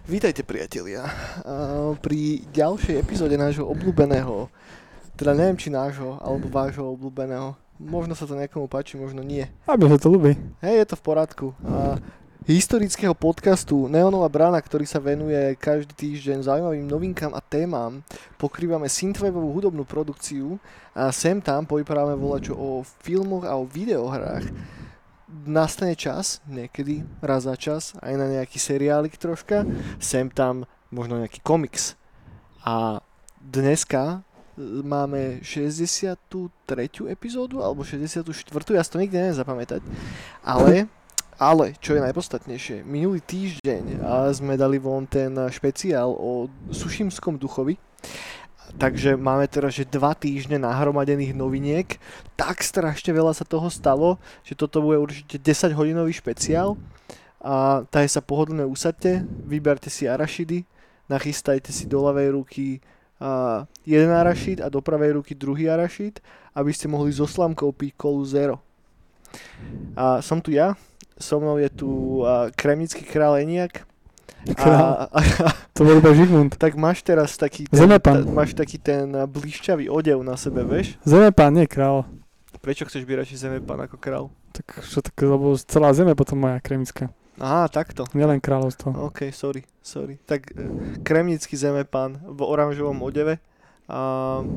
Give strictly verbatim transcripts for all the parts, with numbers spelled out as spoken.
Vítajte, priatelia, uh, pri ďalšej epizóde nášho obľúbeného, teda neviem či nášho, alebo vášho obľúbeného, možno sa to niekomu páči, možno nie. A mne sa to ľúbi. Hej, je to v porádku. Uh, historického podcastu Neonová brána, ktorý sa venuje každý týždeň zaujímavým novinkám a témam. Pokrývame synthwaveovú hudobnú produkciu a sem tam povyprávame volačo o filmoch a o videohrách. Nastane čas, niekedy, raz za čas, aj na nejaký seriálik troška, sem tam možno nejaký komiks. A dneska máme šesťdesiatu tretiu epizódu, alebo šesťdesiatu štvrtú ja si to nikdy neviem zapamätať. Ale, ale, čo je najpodstatnejšie, minulý týždeň sme dali von ten špeciál o Sušimskom duchovi. Takže máme teraz, že dva týždne nahromadených noviniek. Tak strašne veľa sa toho stalo, že toto bude určite desaťhodinový špeciál. A tady sa pohodlne usadte, vyberte si arašidy, nachystajte si do ľavej ruky a jeden arašid a do pravej ruky druhý arašid, aby ste mohli so slamkou piť kolu zero. A som tu ja, so mnou je tu kremnický král Eniak. A, a, to bol iba Žigmund. Tak máš teraz taký ten, ta, máš taký ten blíšťavý odev na sebe, vieš? Zemepán, nie král. Prečo chceš byť radšej Zemepán ako král? Tak čo tak, lebo celá zem je potom moja kremnická. Aha, takto. Nielen kráľovstvo. OK, sorry, sorry. Tak kremnický Zemepán v oranžovom odeve. A...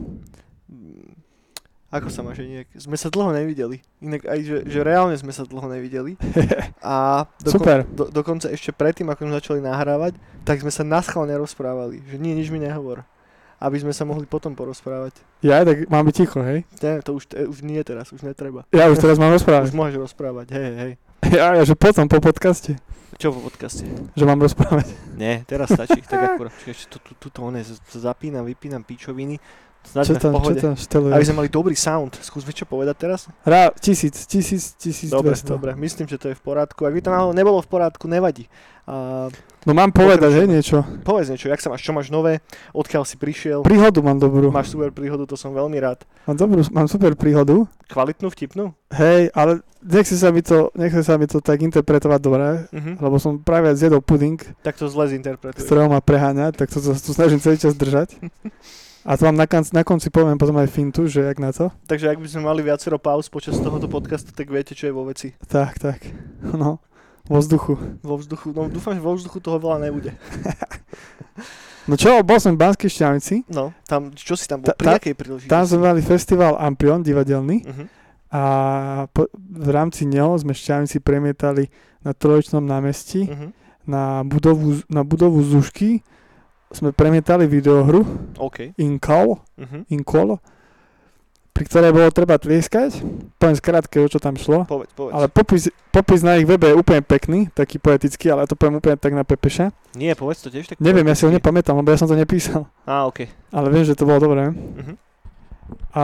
Ako sa máš, Eniak? Sme sa dlho nevideli. Inak aj, že, že reálne sme sa dlho nevideli. A dokon, Super. Do, dokonca ešte predtým, ako sme začali nahrávať, tak sme sa naschvál nerozprávali. Že nie, nič mi nehovor. Aby sme sa mohli potom porozprávať. Ja, tak mám byť ticho, hej? Nie, to už, to už nie teraz, už netreba. Ja už teraz mám rozprávať. Už môžeš rozprávať, hej, hej. Ja, ja, že potom, po podcaste. Čo po podcaste? Že mám rozprávať. Nie, teraz stačí. Tak akurát, ešte tu, tu, tu, one, zapínam, vypínam pičoviny. Čo tam, čo tam šteluješ? Aby sme mali dobrý sound. Skúsme čo povedať teraz? Rá, tisíc, tisíc, tisíc dobre, dvesto. Dobre, myslím, že to je v porádku. Ak by to náhodou nebolo v porádku, nevadí. A... No mám povedať, hej, niečo. Povedz niečo, jak sa máš, čo máš nové, odkiaľ si prišiel. Príhodu mám dobrú. Máš super príhodu, to som veľmi rád. Mám dobrú, mám super príhodu. Kvalitnú, vtipnú? Hej, ale nechce sa mi to, nechce sa mi to tak interpretovať dobre, uh-huh. lebo som práve zjedol puding. Tak to zle zinterpretuješ. Z ktorého ma preháňať, tak to, to, to snažím celý čas držať. A to vám na, konci, na konci poviem potom aj fintu, že jak na to. Takže ak by sme mali viacero pauz počas tohoto podcastu, tak viete, čo je vo veci. Tak, tak. No, vo vzduchu. Vo vzduchu, no dúfam, že vo vzduchu toho veľa nebude. No čo, bol som v Banskej Štiavnici. No, tam, čo si tam bol, Ta, pri jakej príležitosti? Tam sme mali festival Ampion divadelný uh-huh. a po, v rámci neho sme Štiavnici premietali na Troječnom námestí uh-huh. na budovu, na budovu Zušky. Sme premietali videohru okay. Inkol, uh-huh. Inkol, pri ktorej bolo treba tlieskať. Poviem skrátke, o čo tam šlo. Povedz, povedz. Ale popis, popis na ich webe je úplne pekný, taký poetický, ale ja to poviem úplne tak na pepeša. Nie, povedz to tiež tak. Neviem, poetický. Ja si ho nepamätám, lebo ja som to nepísal. Á, okej. Okay. Ale viem, že to bolo dobré. Uh-huh. A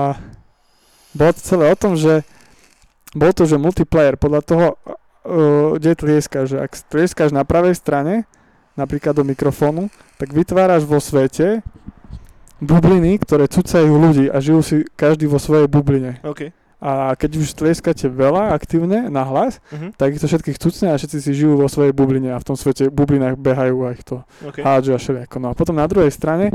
bolo to celé o tom, že bol to, že multiplayer, podľa toho, uh, kde tlieskáš, že ak tlieskáš na pravej strane, napríklad do mikrofónu, tak vytváraš vo svete bubliny, ktoré cucajú ľudí a žijú si každý vo svojej bubline. Okay. A keď už tlieskate veľa aktívne na hlas, uh-huh. tak ich to všetkých cucne a všetci si žijú vo svojej bubline a v tom svete bublinách behajú a ich to okay. hádžu a všelijako. No a potom na druhej strane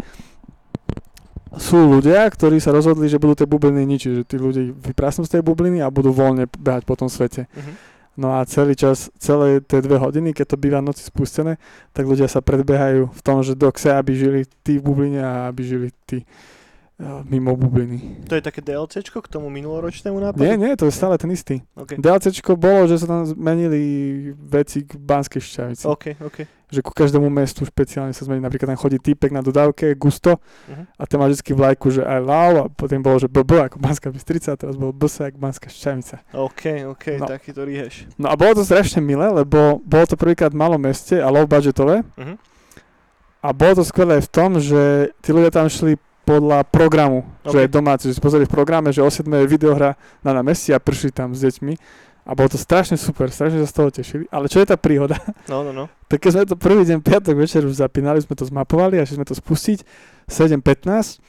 sú ľudia, ktorí sa rozhodli, že budú tie bubliny ničiť, že tí ľudí vyprasnú z tej bubliny a budú voľne behať po tom svete. Uh-huh. No a celý čas, celé tie dve hodiny, keď to býva noci spustené, tak ľudia sa predbehajú v tom, že dokse, aby žili tí v bubline a aby žili tí uh, mimo bubliny. To je také DLCčko k tomu minuloročnému nápadu? Nie, nie, to je stále ten istý. Okay. DLCčko bolo, že sa tam zmenili veci k Banskej Štiavnici. OK, OK. Že ku každému mestu špeciálne sa zmení. Napríklad tam chodí týpek na dodávke, Gusto, uh-huh. a ten má vždycky vlajku, že I love, a potom bolo, že bé bé ako Banská Bystrica, a teraz bolo bé es ako Banská Štiavnica. OK, OK, no. taký to rieš. No a bolo to strašne milé, lebo bolo to prvýkrát v malom meste a low budgetové. Uh-huh. A bolo to skvelé v tom, že tí ľudia tam šli podľa programu, okay. že je domáci, že si pozreli v programe, že o siedmej je videohra na námestí a prišli tam s deťmi. A bolo to strašne super, strašne sa z toho tešili. Ale čo je tá príhoda? No, no, no. Tak keď sme to prvý deň piatok večer už zapínali, sme to zmapovali a šli sme to spustiť sedem pätnásť,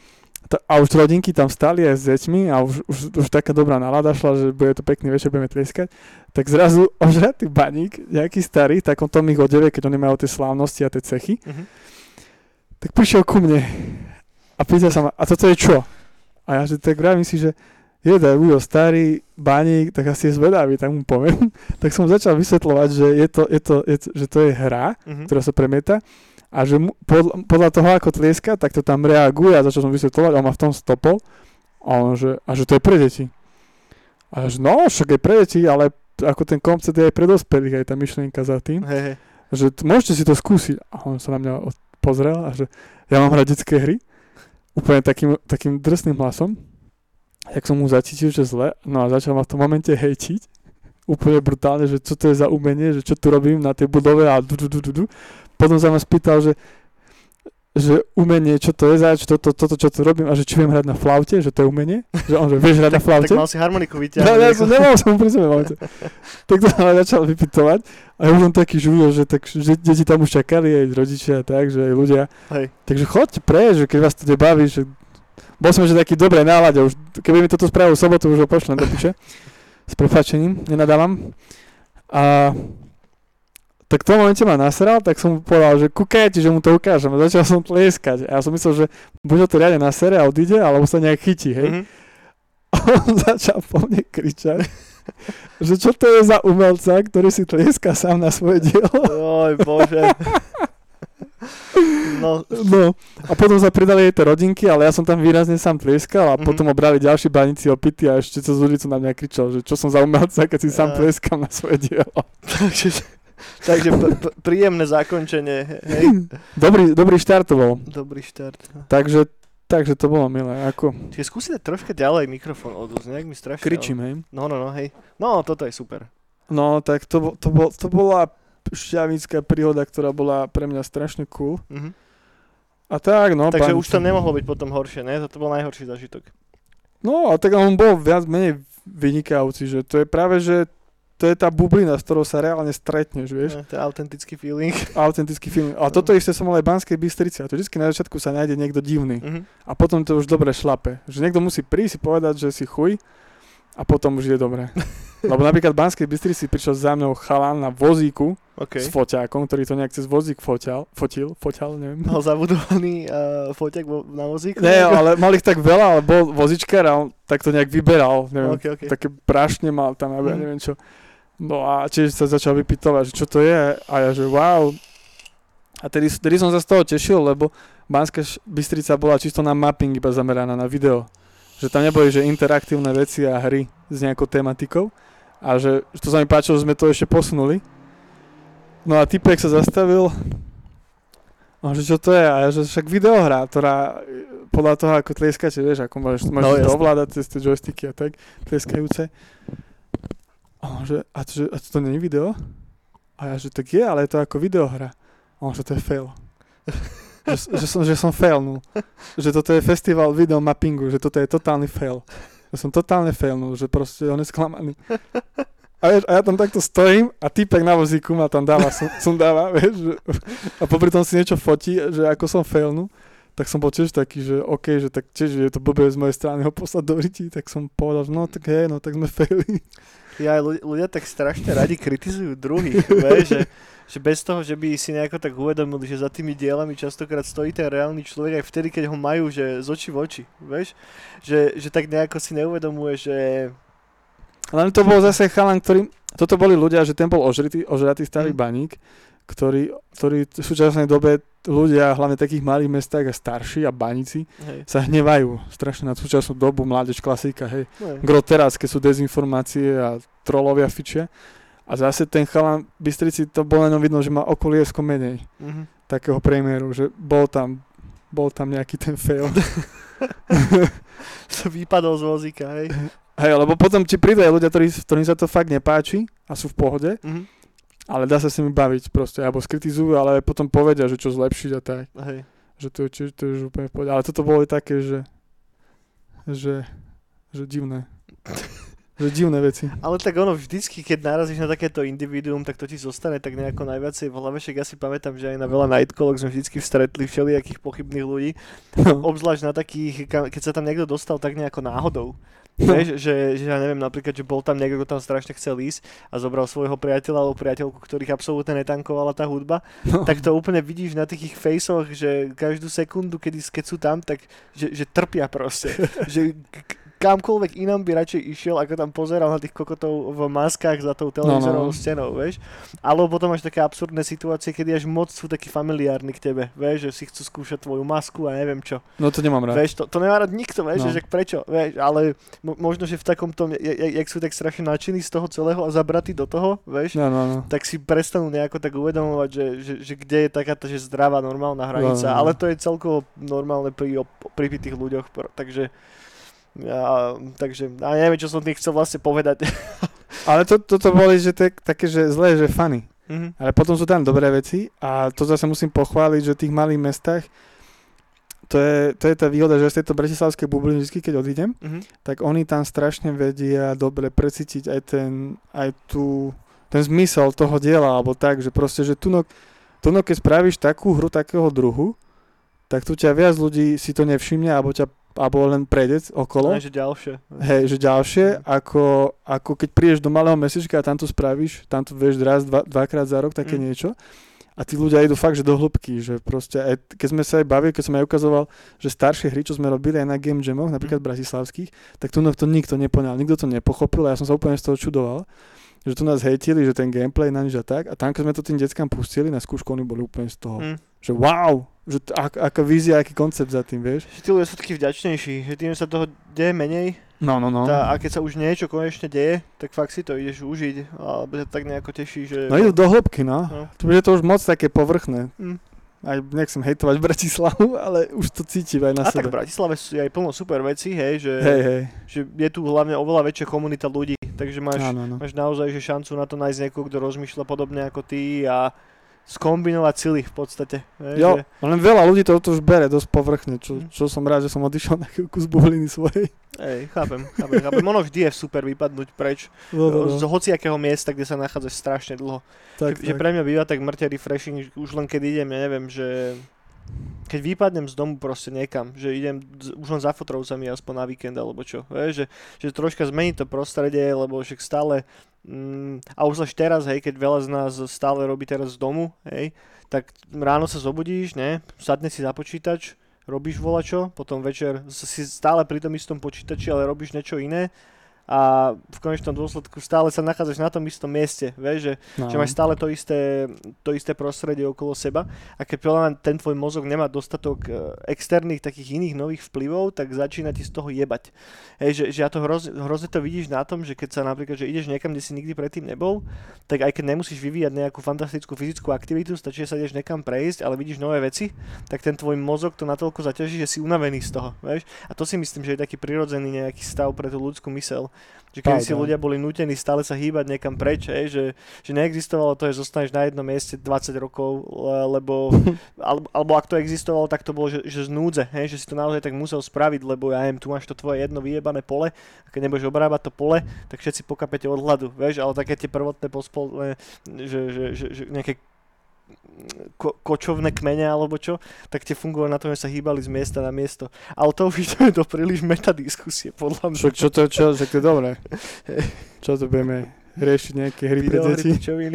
a už rodinky tam stali aj s deťmi a už, už, už taká dobrá nálada šla, že bude to pekný večer, budeme tlieskať. Tak zrazu ožratý baník, nejaký starý, tak on tom ich odeve, keď oni majú tie slávnosti a tie cechy, uh-huh. tak prišiel ku mne a pýta sa ma, a toto je čo? A ja že tak vravím si, že je da Ujo starý baník, tak asi je zvedavý, tak mu poviem. Tak som začal vysvetľovať, že, je to, je to, je to, že to je hra, uh-huh. ktorá sa premieta. A že mu, podľa, podľa toho, ako tlieska, tak to tam reaguje a začal som vysvetľovať, on ma v tom stopol a on, že, a že to je pre deti. A že no, však je pre deti, ale ako ten koncept je aj pre dospelých, aj tá myšlienka za tým. Hey, hey. Že t- môžete si to skúsiť. A on sa na mňa pozrel a že ja mám hrať detské hry. Úplne takým, takým drsným hlasom. Jak som mu zacítil, že zle. No a začal ma v tom momente hejčiť. Úplne brutálne, že čo to je za umenie, že čo tu robím na tej budove a du, du, du, du, du. Potom sa ma spýtal, že, že umenie, čo to je zač, toto, toto, čo tu robím a že či viem hrať na flaute, že to je umenie, že on, že vieš hrať tak, na flaute. Tak mal si harmoniku vyťahnuť. No, ja som nemal som pri sebe flaute. Tak to ma začal vypytovať a ja už som taký žujo, že, tak, že deti tam už čakali, aj rodičia a tak, že aj ľudia. Hej. Takže choďte preč, že keď vás to nebaví, že bol som že taký dobrej nálade, už keby mi toto spravil v sobotu, už ho pošlem do piče. S prepáčením, nenadávam. A tak v tom momente ma nasral, tak som mu povedal, že kúkajte, že mu to ukážem. A začal som tlieskať. A ja som myslel, že buď ho to riadne nasere a odíde, alebo sa nejak chytí, hej. Mm-hmm. A on začal po mne kričať, že čo to je za umelca, ktorý si tlieska sám na svoje dielo. Oj, bože. No. no. A potom sa pridali aj tie rodinky, ale ja som tam výrazne sám tlieskal a mm-hmm. potom obrali ďalší baníci opity a ešte cez ulicu na mňa kričal, že čo som za umelca, keď si sám tlieskam na svoje dielo. Takže p- p- príjemné zakončenie, hej. Dobrý, dobrý štart to bol. Dobrý štart. Takže, takže to bolo milé. Ako... Čiže skúsite troška ďalej mikrofón odúsť, nejak mi strašne... Kričím, hej. No, no, no, hej. No, toto je super. No, tak to, to, bol, to bola šťavnická príhoda, ktorá bola pre mňa strašne cool. Mm-hmm. A tak, no... Takže pán... už to nemohlo byť potom horšie, ne? To bol najhorší zažitok. No, a tak on bol viac menej vynikajúci, že to je práve, že to je tá bublina, s ktorou sa reálne stretneš, vieš. No, to je autentický feeling. Autentický feeling. A toto isté som mal aj v Banskej Bystrici. A to vždy na začiatku sa nájde niekto divný. Uh-huh. A potom to už dobre šlape. Že niekto musí prísť si povedať, že si chuj a potom už je dobre. Lebo napríklad v Banskej Bystrici prišiel za mnou chalán na vozíku okay. s foťákom, ktorý to nejak cez vozík foťal, fotil, foťal, neviem. Mal zabudovaný uh, foťák vo, na vozíku? Nie, ale mal ich tak veľa, ale bol vozičkár a on tak to nejak vyberal, neviem, okay, okay. také prašne mal tam, mm. neviem čo. No a tiež sa začal vypytovať, že čo to je a ja, že wow. A tedy, tedy som sa z toho tešil, lebo Banská Bystrica bola čisto na mapping iba zameraná na video. Že tam neboli, že interaktívne veci a hry s nejakou tematikou. A že, že to sa mi páčilo, že sme to ešte posunuli. No a typek sa zastavil. No, že čo to je? A ja, že však videohra, ktorá podľa toho, ako tlieskate, vieš, ako môžeš, môžeš no, to ovládať cez tie joysticky a tak, tlieskajúce. A on, že, a to, že, a to nie je video? A ja, že tak je, ale je to ako videohra. A on, že to je fail. že, že, som, že som failnul. Že toto je festival videomappingu, že toto je totálny fail. Že som totálne failnul, že proste on je sklamaný. A, vieš, a ja tam takto stojím a týpek na vozíku ma tam dáva, som, som dáva, vieš. Že, a popri tom si niečo fotí, že ako som failnul. Tak som bol tiež taký, že OK, že tak tiež je to blbé z mojej strany ho poslať do ryti, tak som povedal, že no tak hej, no tak sme faili. Ja, ľudia tak strašne radi kritizujú druhých, vieš, že, že bez toho, že by si nejako tak uvedomili, že za tými dielami častokrát stojí ten reálny človek aj vtedy, keď ho majú, že z očí v oči, vieš, že, že tak nejako si neuvedomuje, že... Ale to bol zase chalan, ktorý, toto boli ľudia, že ten bol ožritý, ožratý starý mm. baník, ktorý, ktorý v súčasnej dobe ľudia, hlavne v takých malých mestách a starší a baníci, hej. sa hnevajú strašne na súčasnú dobu, mládež klasika, hej. hej. Gro teraz, keď sú dezinformácie a trolovia fičia. A zase ten chalan v Bystrici, to bolo na ňom vidno, že má okoliesko menej mm-hmm. takého premiéru, že bol tam, bol tam nejaký ten fail. Som vypadol z vozíka, hej. Hej, lebo potom ti prídu aj ľudia, ktorí, ktorým sa to fakt nepáči a sú v pohode. Mm-hmm. Ale dá sa s nimi baviť proste, alebo skritizujú, ale potom povedia, že čo zlepšiť a tak. Hej. Že to, či, to je úplne v pohode. Ale toto bolo také, že, že, že divné. Že že divné veci. Ale tak ono vždycky, keď narazíš na takéto individuum, tak to ti zostane tak nejako najviacej v hlave. Však ja si pamätám, že aj na veľa nightcallok sme vždycky stretli všelijakých pochybných ľudí. Obzvlášť na takých, keď sa tam niekto dostal tak nejako náhodou. Vieš, že, že ja neviem, napríklad, že bol tam niekto, kto tam strašne chcel ísť a zobral svojho priateľa alebo priateľku, ktorých absolútne netankovala tá hudba, no. Tak to úplne vidíš na tých ich faceoch, že každú sekundu, kedy, keď sú tam, tak že, že trpia proste. Že kamkoľvek inám by radšej išiel, ako tam pozeral na tých kokotov v maskách za tou televízorovou no, no. stenou, vieš. Alebo potom máš také absurdné situácie, kedy až moc sú takí familiárni k tebe, vieš, že si chcú skúšať tvoju masku a neviem čo. No to nemám rád. Vieš, to, to nemá rád nikto, vieš, no. že prečo, vieš, ale mo- možno, že v takomto, jak sú tak strašne nadšení z toho celého a zabratí do toho, vieš, no, no, no. tak si prestanú nejako tak uvedomovať, že, že, že kde je taká tá, že zdravá, normálna hranica, no, no, no. Ale to je celkovo normálne pri, pri tých ľuďoch, takže Ja, takže, a neviem, čo som tým chcel vlastne povedať. Ale to, toto boli, že to je také, že zlé, že funny. Mm-hmm. Ale potom sú tam dobré veci a to zase musím pochváliť, že v tých malých mestách to je, to je tá výhoda, že z tejto bratislavskej bubliny vždy, keď odídem, mm-hmm. tak oni tam strašne vedia dobre precítiť aj ten, aj tú, ten zmysel toho diela, alebo tak, že proste, že tu no, tu no, keď spravíš takú hru takého druhu, tak tu ťa viac ľudí si to nevšimne, alebo ťa alebo len prejde okolo. Aj, že ďalšie. Hej, že ďalšie, mm. ako, ako keď prídeš do malého mestečka a tam to spravíš, tam to vieš raz, dva, dvakrát za rok, také mm. niečo. A tí ľudia idú fakt, že do hĺbky, že proste, aj, keď sme sa aj bavili, keď som aj ukazoval, že staršie hry, čo sme robili aj na game jamoch, napríklad mm. bratislavských, tak tu to nikto nepoňal, nikto to nepochopil a ja som sa úplne z toho čudoval, že tu nás hejtili, že ten gameplay na nič a tak. A tam, keď sme to tým deckám pustili na skúšku, oni boli úplne z toho, mm. že wow, že t- ak, aká vízia, aký koncept za tým, vieš. Že tí ľudia sú takí vďačnejší, že tým sa toho deje menej. No, no, no. Tá, a keď sa už niečo konečne deje, tak fakt si to ideš užiť, alebo ťa tak nejako teší, že... No idú do hĺbky, no. no. Tu bude to už moc také povrchné. Mm. Aj nechcem hejtovať Bratislavu, ale už to cítim aj na a sebe. A tak v Bratislave sú aj plno super veci, hej, že, hej, hej. že je tu hlavne oveľa väčšia komunita ľudí, takže máš, áno, no. máš naozaj že šancu na to nájsť niekoho, kto rozmýšľa podobne ako ty a skombinovať sily v podstate. Hej, jo, že... len veľa ľudí to, to už bere dosť povrchne, čo, čo som rád, že som odišiel na chvíľku z bubliny svojej. Hej, chápem, chápem, chápem. Ono vždy je super vypadnúť preč no, no, no. z hociakého miesta, kde sa nachádzaš strašne dlho. Tak, že, tak. Že pre mňa býva tak mŕte refreshing, už len keď idem, ja neviem, že keď vypadnem z domu proste niekam, že idem už len za fotrovcami aspoň na víkend alebo čo, vieš, že, že troška zmení to prostredie, lebo však stále mm, a už teraz, hej, keď veľa z nás stále robí teraz z domu, hej, tak ráno sa zobudíš, ne, sadne si za počítač, robíš volačo, potom večer si stále pri tom istom počítači, ale robíš niečo iné a v konečnom dôsledku stále sa nachádzaš na tom istom mieste, vieš, že, no. že máš stále to isté, to isté prostredie okolo seba a keď ten tvoj mozog nemá dostatok externých takých iných nových vplyvov, tak začína ti z toho jebať. Hej, že, že ja to hroz, hrozne to vidíš na tom, že keď sa napríklad, že ideš niekam, kde si nikdy predtým nebol, tak aj keď nemusíš vyvíjať nejakú fantastickú fyzickú aktivitu, stačí, že sa ideš niekam prejsť, ale vidíš nové veci, tak ten tvoj mozog to natoľko zaťaží, že si unavený z toho, vieš. A to si myslím, že je taký prirodzený nejaký stav pre tú ľudskú myseľ. Že keď si ľudia boli nútení stále sa hýbať niekam preč, hej, že, že neexistovalo to, že zostaneš na jednom mieste dvadsať rokov, lebo, alebo, alebo ak to existovalo, tak to bolo, že, že z núdze, hej, že si to naozaj tak musel spraviť, lebo ja neviem, tu máš to tvoje jedno vyjebané pole a keď nebudeš obrábať to pole, tak všetci pokapete od hladu, vieš, ale také tie prvotné pospolné, že, že, že, že nejaké Ko- kočovné kmene alebo čo, tak tie fungovali na tom, že sa hýbali z miesta na miesto. Ale to už ideme do príliš metadiskusie, podľa mňa. Čo, čo to, čo, že to je dobré. Čo to budeme riešiť, nejaké hry pre deti?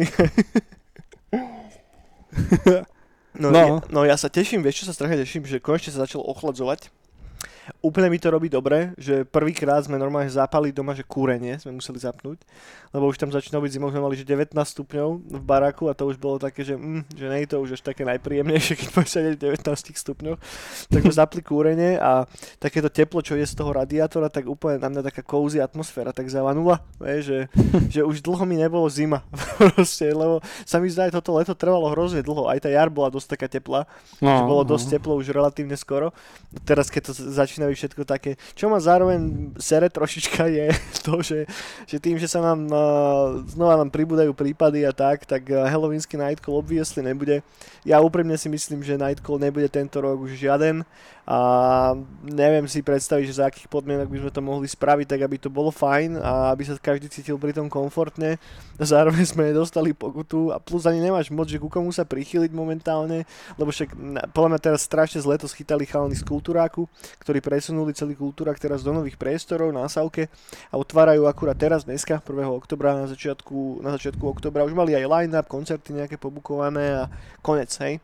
no, no. Ja, no ja sa teším, vieš čo sa strašne teším, že konečne sa začalo ochladzovať. Úplne mi to robí dobre, že prvýkrát sme normálne zapali doma, že kúrenie sme museli zapnúť, lebo už tam začínalo byť zimou, sme mali že devätnásť stupňov v baráku a to už bolo také, že, mm, že nie je to už až také najpríjemnejšie, keď budeš sedieť v devätnástich stupňoch. Tak sme zapli kúrenie a takéto teplo, čo je z toho radiátora, tak úplne na mňa taká cozy atmosféra tak zavanula, vie, že, že už dlho mi nebolo zima, proste, lebo sa mi zdá, že toto leto trvalo hrozne dlho, aj tá jar bola dosť taká teplá, no, že bolo dosť no. teplo už relatívne skoro. Teraz keď to začína nemajú všetko také. Čo ma zároveň sere trošička je to, že, že tým, že sa nám uh, znova nám pribúdajú prípady a tak, tak uh, Halloweenský Nightcall obviously nebude. Ja úprimne si myslím, že Nightcall nebude tento rok už žiaden a neviem si predstaviť, že za akých podmienok by sme to mohli spraviť, tak aby to bolo fajn a aby sa každý cítil pri tom komfortne. Zároveň sme nedostali pokutu a plus ani nemáš moc, že ku komu sa prichyliť momentálne, lebo však podľa mňa teraz strašne zle to schytali chalani z Kultúráku, ktorí presunuli celý Kultúrák teraz do nových priestorov na Savke a otvárajú akurát teraz dneska, prvého októbra, na začiatku, na začiatku októbra. Už mali aj line-up, koncerty nejaké pobukované a konec, hej.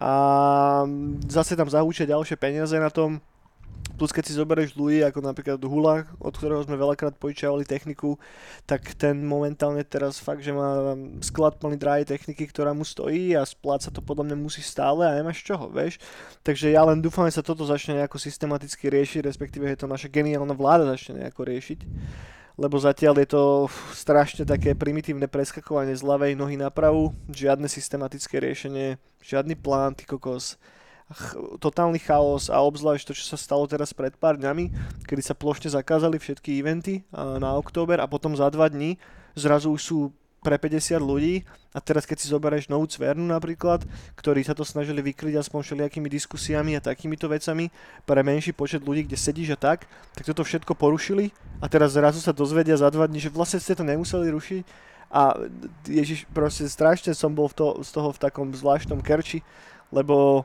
A zase tam zahúčia ďalšie peniaze na tom. Plus keď si zoberieš ľudí, ako napríklad Hula, od ktorého sme veľakrát požičiavali techniku, tak ten momentálne teraz fakt, že má sklad plný drahej techniky, ktorá mu stojí a spláca to podľa mňa musí stále a nemáš čoho, vieš. Takže ja len dúfam, že sa toto začne nejako systematicky riešiť, respektíve je to naša geniálna vláda začne nejako riešiť. Lebo zatiaľ je to strašne také primitívne preskakovanie z ľavej nohy na pravú, žiadne systematické riešenie, žiadny plán, ty kokos. Totálny chaos a obzvlášť to, čo sa stalo teraz pred pár dňami, kedy sa plošne zakázali všetky eventy na október a potom za dva dní zrazu už sú pre päťdesiat ľudí a teraz keď si zoberieš novú Cvernu napríklad, ktorí sa to snažili vykryť aspoň všelijakými diskusiami a takýmito vecami pre menší počet ľudí, kde sedíš a tak, tak toto všetko porušili a teraz zrazu sa dozvedia za dva dní, že vlastne ste to nemuseli rušiť a ježiš, proste strašne som bol v to, z toho v takom zvláštnom kerči, lebo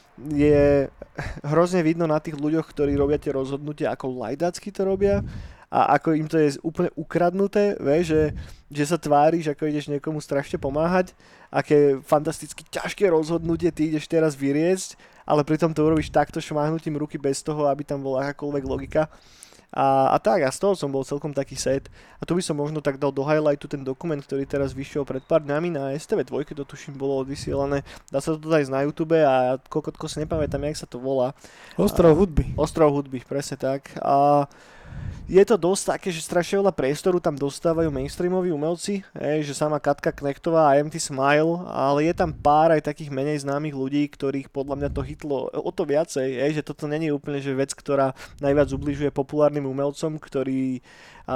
je hrozne vidno na tých ľuďoch, ktorí robia tie rozhodnutia, ako lajdácky to robia a ako im to je úplne ukradnuté, vieš, že, že sa tváriš, ako ideš niekomu strašne pomáhať, aké fantasticky ťažké rozhodnutie ty ideš teraz vyriesť, ale pritom to urobíš takto šmáhnutím ruky bez toho, aby tam bola akákoľvek logika. A, a tak, a z toho som bol celkom taký set. A tu by som možno tak dal do highlightu ten dokument, ktorý teraz vyšiel pred pár dňami na es té vé dva, to tuším bolo odvysielané. Dá sa to dať na YouTube a kokotko si nepamätám, jak sa to volá. Ostrov hudby. Ostrov hudby, presne tak. A je to dosť také, že strašne veľa priestoru tam dostávajú mainstreamoví umelci, hej, že sama Katka Knechtová a em té Smile, ale je tam pár aj takých menej známych ľudí, ktorých podľa mňa to hitlo o to viacej, hej, že toto není úplne že vec, ktorá najviac ubližuje populárnym umelcom, ktorí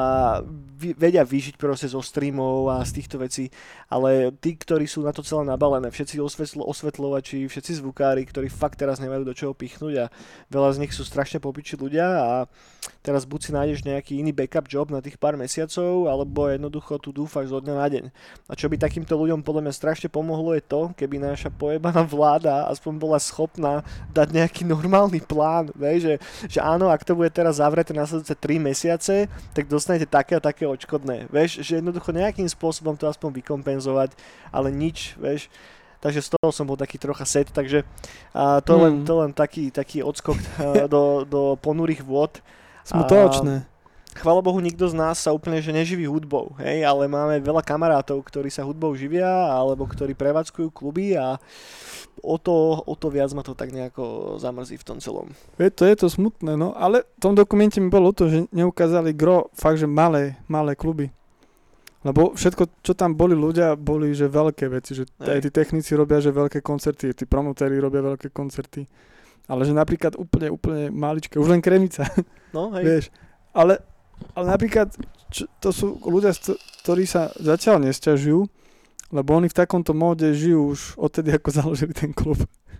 a vedia vyžiť proste zo streamov a z týchto vecí, ale tí, ktorí sú na to celé nabalené, všetci osvetlo, osvetľovači, všetci zvukári, ktorí fakt teraz nemajú do čoho pichnúť a veľa z nich sú strašne popiči ľudia a teraz buď si nájdeš nejaký iný backup job na tých pár mesiacov, alebo jednoducho tu dúfaš zo dňa na deň. A čo by takýmto ľuďom podľa mňa strašne pomohlo je to, keby naša pojebaná vláda aspoň bola schopná dať nejaký normálny plán, vieš, že, že áno, ak to bude teraz zavreté nasledujúce tri mesiace, tak dostanete také a také odškodné, vieš, že jednoducho nejakým spôsobom to aspoň vykompenzovať, ale nič, vieš. Takže z toho som bol taký trocha set, takže a to, hmm. len, to len taký, taký odskok do, do ponurých vôd. Smutočné. Chvála Bohu, nikto z nás sa úplne že neživí hudbou, hej, ale máme veľa kamarátov, ktorí sa hudbou živia, alebo ktorí prevádzkujú kluby a o to, o to viac ma to tak nejako zamrzí v tom celom. Je to, je to smutné, no, ale v tom dokumente mi bolo to, že neukázali gro fakt, že malé, malé kluby. Lebo všetko, čo tam boli ľudia, boli, že veľké veci, že aj tí technici robia, že veľké koncerty, tí promotéri robia veľké koncerty. Ale že napríklad úplne, úplne maličké, už len Kremica. No, hej. Vieš, ale, ale napríklad, čo, to sú ľudia, ktorí sa zatiaľ nesťažujú, lebo oni v takomto móde žijú už odtedy, ako založili ten klub.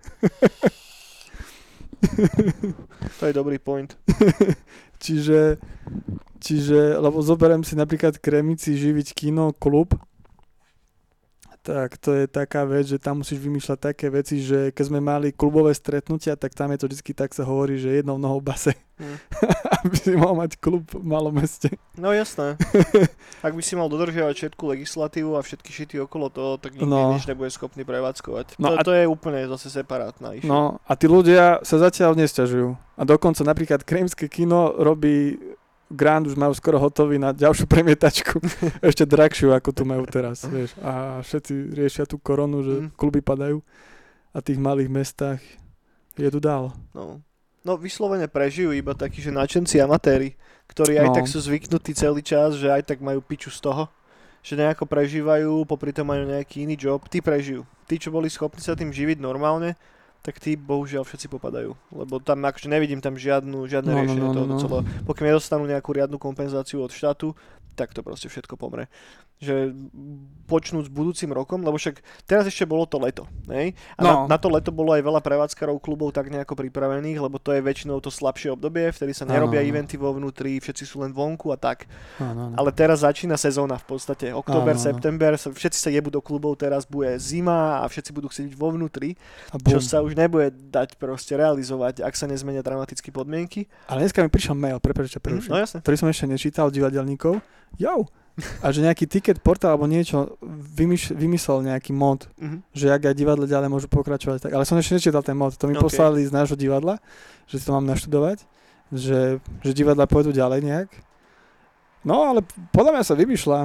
To je dobrý point. čiže, čiže, lebo zoberiem si napríklad Kremici živiť kino, klub, tak to je taká vec, že tam musíš vymýšľať také veci, že keď sme mali klubové stretnutia, tak tam je to vždy tak sa hovorí, že jednou nohou base. Hmm. Aby si mal mať klub v malom meste. No jasné. Ak by si mal dodržiavať všetku legislatívu a všetky šity okolo toho, tak nikdy no. nič nebude schopný prevádzkovať. No to, a... to je úplne zase separátna išia. No a tí ľudia sa zatiaľ nesťažujú. A dokonca napríklad Kremské kino robí Grand, už majú skoro hotový na ďalšiu premietačku. Ešte drahšiu, ako tu majú teraz. Vieš. A všetci riešia tú koronu, že mm. kluby padajú a v tých malých mestách jedu dál. No. no vyslovene prežijú iba takí, že nadšenci amatéri, ktorí aj no. tak sú zvyknutí celý čas, že aj tak majú piču z toho. Že nejako prežívajú, popri tom majú nejaký iný job. Tí prežijú. Tí, čo boli schopní sa tým živiť normálne, tak tí bohužiaľ všetci popadajú. Lebo tam akože nevidím tam žiadnu, žiadne no, riešenie no, no, toho no. celého. Pokiaľ nedostanú nejakú riadnu kompenzáciu od štátu, tak to proste všetko pomre. Že počnúť s budúcim rokom, lebo však teraz ešte bolo to leto, ne? A no. na, na to leto bolo aj veľa prevádzkarov klubov tak nejako pripravených, lebo to je väčšinou to slabšie obdobie, vtedy sa nerobia no, no. eventy vo vnútri, všetci sú len vonku a tak. No, no, no. Ale teraz začína sezóna v podstate, október, no, no, september, no. všetci sa jebú do klubov, teraz bude zima a všetci budú chcieť vo vnútri, čo sa už nebude dať proste realizovať, ak sa nezmenia dramatické podmienky. Ale dneska mi prišiel mail, prepáč, čo preruším, mm, no, ktorý som ešte nečítal od divadelníkov. Jo. A že nejaký ticket portál alebo niečo vymyš- vymyslel nejaký mod, uh-huh. že ak aj divadle ďalej môžu pokračovať. Tak. Ale som ešte nečítal ten mod, to mi okay. poslali z nášho divadla, že si to mám naštudovať, že, že divadla pôjdu ďalej nejak. No ale podľa mňa sa vymýšľa,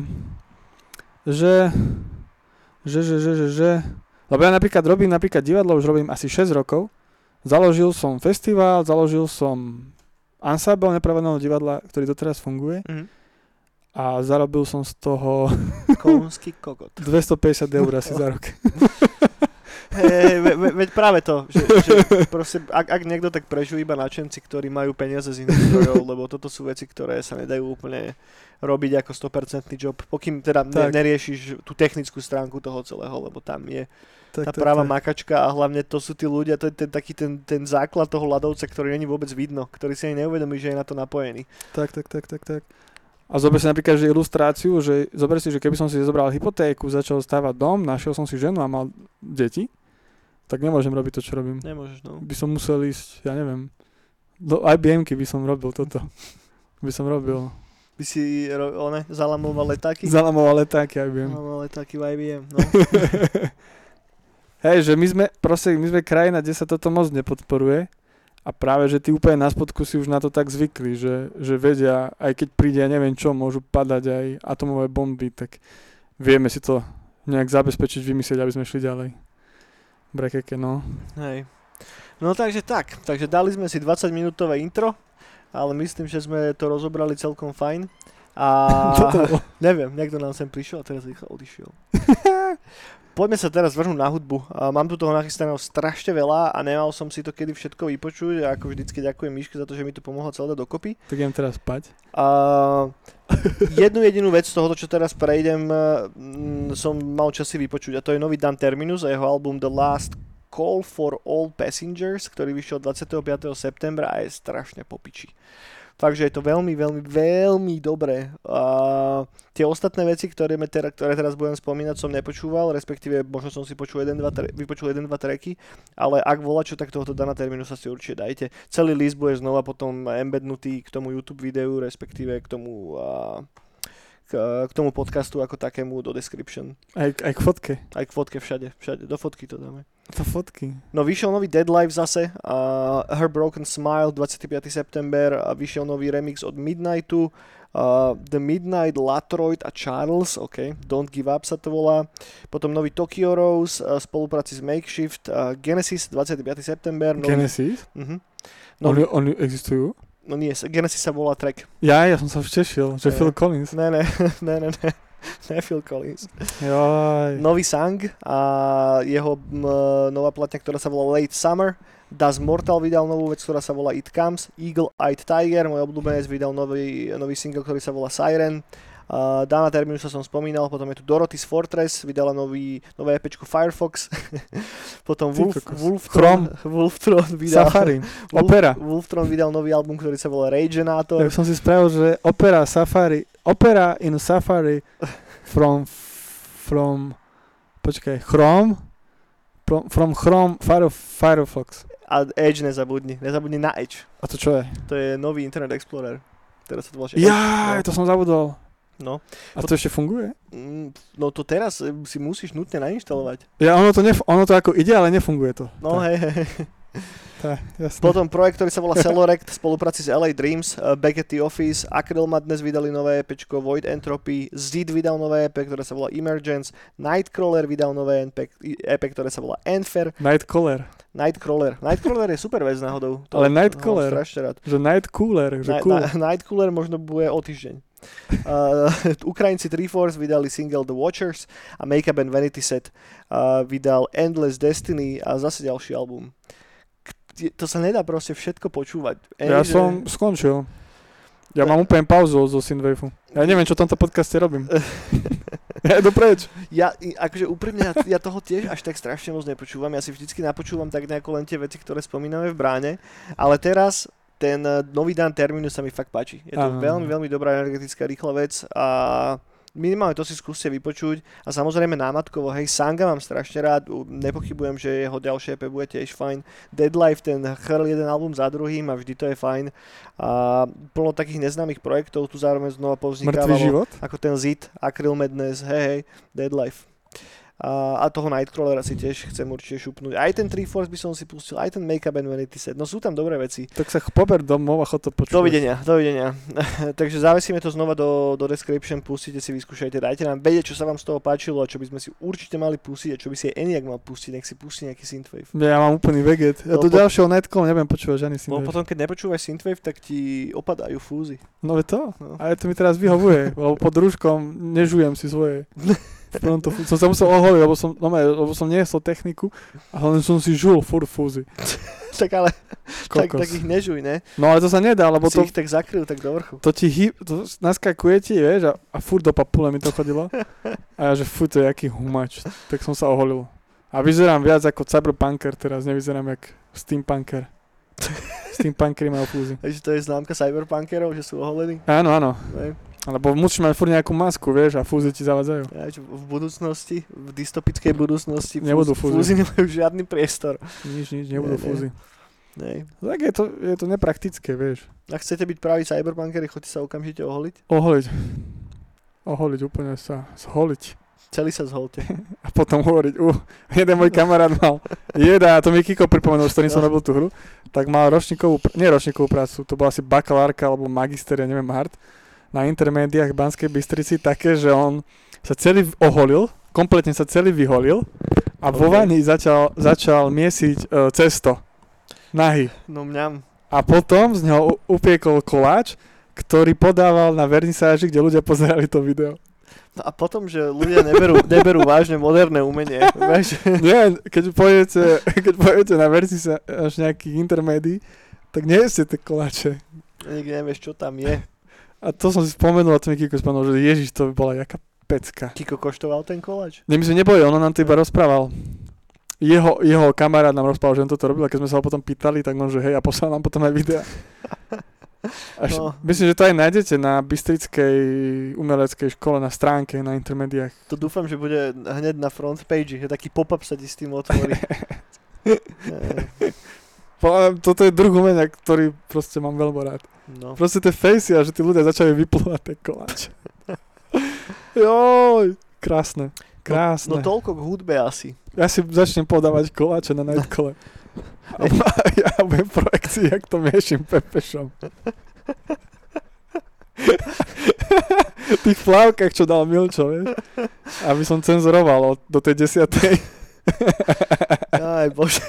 že, že, že, že, že, že, lebo ja napríklad robím napríklad divadlo, už robím asi šesť rokov, založil som festival, založil som ansábel nepraveného divadla, ktorý doteraz funguje. Uh-huh. A zarobil som z toho konský kokot. dvestopäťdesiat eur asi za rok. Hey, ve, ve, veď práve to, že, že proste, ak, ak niekto tak prežú iba nadšenci, ktorí majú peniaze z iných zdrojov, lebo toto sú veci, ktoré sa nedajú úplne robiť ako sto percent job, pokým teda ne, neriešiš tú technickú stránku toho celého, lebo tam je tak, tá tak, práva tak. makačka a hlavne to sú tí ľudia, to je ten, taký ten, ten základ toho ľadovca, ktorý není vôbec vidno, ktorý si ani neuvedomí, že je na to napojený. Tak, tak, tak, tak, tak. A zober si napríklad, že ilustráciu, že zober si, že keby som si zobral hypotéku, začal stávať dom, našiel som si ženu a mal deti, tak nemôžem robiť to, čo robím. Nemôžeš, no. By som musel ísť, ja neviem, do í bé emky by som robil toto. By som robil. By si, ro- one, zalamoval letáky? Zalamoval letáky, í bé em. Zalamoval letáky v í bé em, no. Hej, že my sme, proste, my sme krajina, kde sa toto moc nepodporuje. A práve, že tí úplne na spodku si už na to tak zvykli, že, že vedia, aj keď príde, ja neviem čo, môžu padať aj atomové bomby, tak vieme si to nejak zabezpečiť, vymyslieť, aby sme šli ďalej. Brekeke, no. Hej. No takže tak, takže dali sme si dvadsaťminútové intro, ale myslím, že sme to rozobrali celkom fajn. A neviem, niekto nám sem prišiel a teraz rýchlo odišiel. Poďme sa teraz vrhnúť na hudbu. Mám tu toho nachystaného strašne veľa a nemal som si to kedy všetko vypočuť a ako vždycky ďakujem Miške za to, že mi to pomohlo celé dať dokopy. Tak idem teraz spať. A jednu jedinú vec z tohoto, čo teraz prejdem, som mal čas si vypočuť a to je nový Dan Terminus a jeho album The Last Call for All Passengers, ktorý vyšiel dvadsiateho piateho septembra a je strašne popičí. Takže je to veľmi, veľmi, veľmi dobré. Uh, tie ostatné veci, ktoré, tera, ktoré teraz budem spomínať, som nepočúval, respektíve možno som si počul jeden, dva, tre, vypočul jeden, dva tracky, ale ak volačo, tak tohoto Dana Terminusa si určite dajte. Celý list bude znova potom embednutý k tomu YouTube videu, respektíve k tomu... Uh, K, k tomu podcastu ako takému do description. Aj, aj k fotke. Aj k fotke všade, všade. Do fotky to dáme. Do fotky. No vyšiel nový Dead Life zase, uh, Her Broken Smile, dvadsiateho piateho september, a vyšiel nový remix od Midnightu, uh, The Midnight, Latroid a Charles, ok, Don't Give Up sa to volá. Potom nový Tokyo Rose, uh, spolupráci s Makeshift, uh, Genesis, dvadsiateho piateho september. Nový... Genesis? Uh-huh. Nový... Oni, oni existujú? No nie, Genesis sa volá track. Ja, ja som sa vtešil, že ne, Phil Collins. Ne, ne, ne, ne, ne, ne Phil Collins. Joj. Nový sang a jeho m, nová platňa, ktorá sa volá Late Summer. Das Mortal vydal novú vec, ktorá sa volá It Comes. Eagle Eyed Tiger, môj obľúbenec, vydal nový, nový single, ktorý sa volá Siren. Uh, Dana Terminusa som spomínal, potom je tu Dorothy's Fortress, vydala nový, nové EPčko Firefox, potom Wolf, Wolftron, Wolftron vydal, Safari, Wolf, Opera. Wolftron vydal nový album, ktorý sa volá Ragenator. Ja som si spravil, že Opera, Safari, Opera in Safari from, from, počkaj, Chrome, from, from Chrome, Fire, Firefox. A Edge nezabudni, nezabudni na Edge. A to čo je? To je nový Internet Explorer. Teraz sa to volá Jaj, no. To som zabudol. No. A to ešte funguje? No to teraz si musíš nutne nainštalovať. Ja, ono to, nef- ono to ako ide, ale nefunguje to. No hej, hej. Tá, jasné. Potom projekt, ktorý sa volá Cellorect v spolupráci s el ej Dreams, uh, Back at the Office, Acrylma dnes vydali nové EPčko, Void Entropy, Zid vydal nové é pé, ktoré sa volá Emergence, Nightcrawler vydal nové é pé, ktoré sa volá Enfer. Nightcrawler. Nightcrawler. Nightcrawler je super vec náhodou. To, ale Nightcrawler, strašne rád. Že Nightcooler, že Na, cool. na, Nightcooler možno bude o týždeň. Uh, Ukrajinci Three Force vydali single The Watchers a Makeup and Vanity Set uh, vydal Endless Destiny a zase ďalší album. K- to sa nedá proste všetko počúvať. Ej, ja že... som skončil. Ja mám úplne pauzu zo Synthwaveu. Ja neviem, čo v tomto podcaste robím. Ja idu preč. Ja, akože úprimne, ja, ja toho tiež až tak strašne moc nepočúvam. Ja si vždycky napočúvam tak nejako len tie veci, ktoré spomíname v bráne. Ale teraz ten nový Dan Terminus sa mi fakt páči. Je to Aha. veľmi, veľmi dobrá energetická rýchla vec a minimálne to si skúste vypočuť. A samozrejme námatkovo, hej, Sanga mám strašne rád, nepochybujem, že jeho ďalšie é pé bude tiež fajn. Deadlife, ten chrl jeden album za druhým a vždy to je fajn. A plno takých neznámych projektov tu zároveň znova povznikávalo. Mŕtvý život? Ako ten Zit, Acryl Madness, hej, hej, Deadlife. A, a toho Nightcrawlera si tiež chcem určite šupnúť. Aj ten Three Force by som si pustil, aj ten Makeup and Vanity Set. No sú tam dobré veci. Tak sa pober domov a chod to počúvať. Dovidenia, dovidenia. Takže zavesíme to znova do, do description, pustite si, vyskúšajte, dajte nám vedieť, čo sa vám z toho páčilo a čo by sme si určite mali pustiť a čo by si aj Eniak mal pustiť, nech si pustí nejaký Synthwave. Ja mám úplný veget. Ja do po... ďalšieho Nightcrawlu nebudem počúvať žiadny Synthwave. No potom, keď nepočúvaš Synthwave, tak ti opadajú fúzy. No je to? No. Ale to mi teraz vyhovuje, lebo pod rúškom nežujem si svoje. To, som sa musel oholiť, lebo som, no, lebo som niesol techniku a hlavne som si žul furt fúzy. Tak ale, tak, tak ich nežuj, ne? No ale to sa nedá, lebo si to... ich tak zakryl tak do vrchu. To ti hy, to naskakuje ti, vieš, a, a furt do papule mi to chodilo. A ja, že furt to je jaký humač. Tak som sa oholil. A vyzerám viac ako cyberpunker teraz, nevyzerám jak steampunker. Steampunkery majú fúzy. Takže to je známka cyberpunkerov, že sú oholení? Áno, áno. Ne? Alebo musíš mať furt nejakú masku, vieš, a fúzy ti zavadzajú. Ja, v budúcnosti, v dystopickej budúcnosti nebudú fúzy. Fúzy nemajú žiadny priestor. Nič, nič, nebudú ne, fúzy. Ne. Tak je to, je to nepraktické, vieš. Ak chcete byť praví cyberpunkery, chodite sa okamžite oholiť? Oholiť. Oholiť, úplne sa zholiť. Celý sa zholte. A potom hovoriť, uh, jeden môj kamarát mal, jeda, to mi Kiko pripomenul, s ktorým som robil tú hru, tak mal ročníkovú, nie ročníkovú prácu, to bola asi bakalárka alebo magister, ja neviem, hard, na intermédiách v Banskej Bystrici také, že on sa celý oholil, kompletne sa celý vyholil a okay. vo vani začal, začal miesiť uh, cesto. Nahy. No mňam. A potom z neho upiekol koláč, ktorý podával na vernisáži, kde ľudia pozerali to video. No a potom, že ľudia neberú, neberú vážne moderné umenie. Nie, keď pôjdete, keď pôjdete na vernisáž nejakých intermédií, tak nie ste tie koláče. Nikdy nevieš, čo tam je. A to som si spomenul a to mi Kiko spomenul, že Ježiš, to by bola jaká pecka. Kiko koštoval ten koláč? Ne, my sme neboli, on nám to iba rozprával. Jeho, jeho kamarát nám rozprával, že on toto robil a keď sme sa ho potom pýtali, tak on, že hej, a poslal nám potom aj videa. Až, no. Myslím, že to aj nájdete na Bystrickej umeleckej škole na stránke, na intermediách. To dúfam, že bude hneď na front page, že taký pop-up sa ti s tým otvorí. Toto je druh umenia, ktorý proste mám veľmi rád. No. Proste tie fejsy a že tí ľudia začali vyplúvať tie koláče. Joj, krásne, krásne. No, no toľko k hudbe asi. Ja si začnem podávať koláče na Nightcrawle. A ja budem v projekcii, jak to miešim pepešom. V tých plavkách, čo dal Milčo, vieš? Aby som cenzuroval do tej desiatej. Aj bože.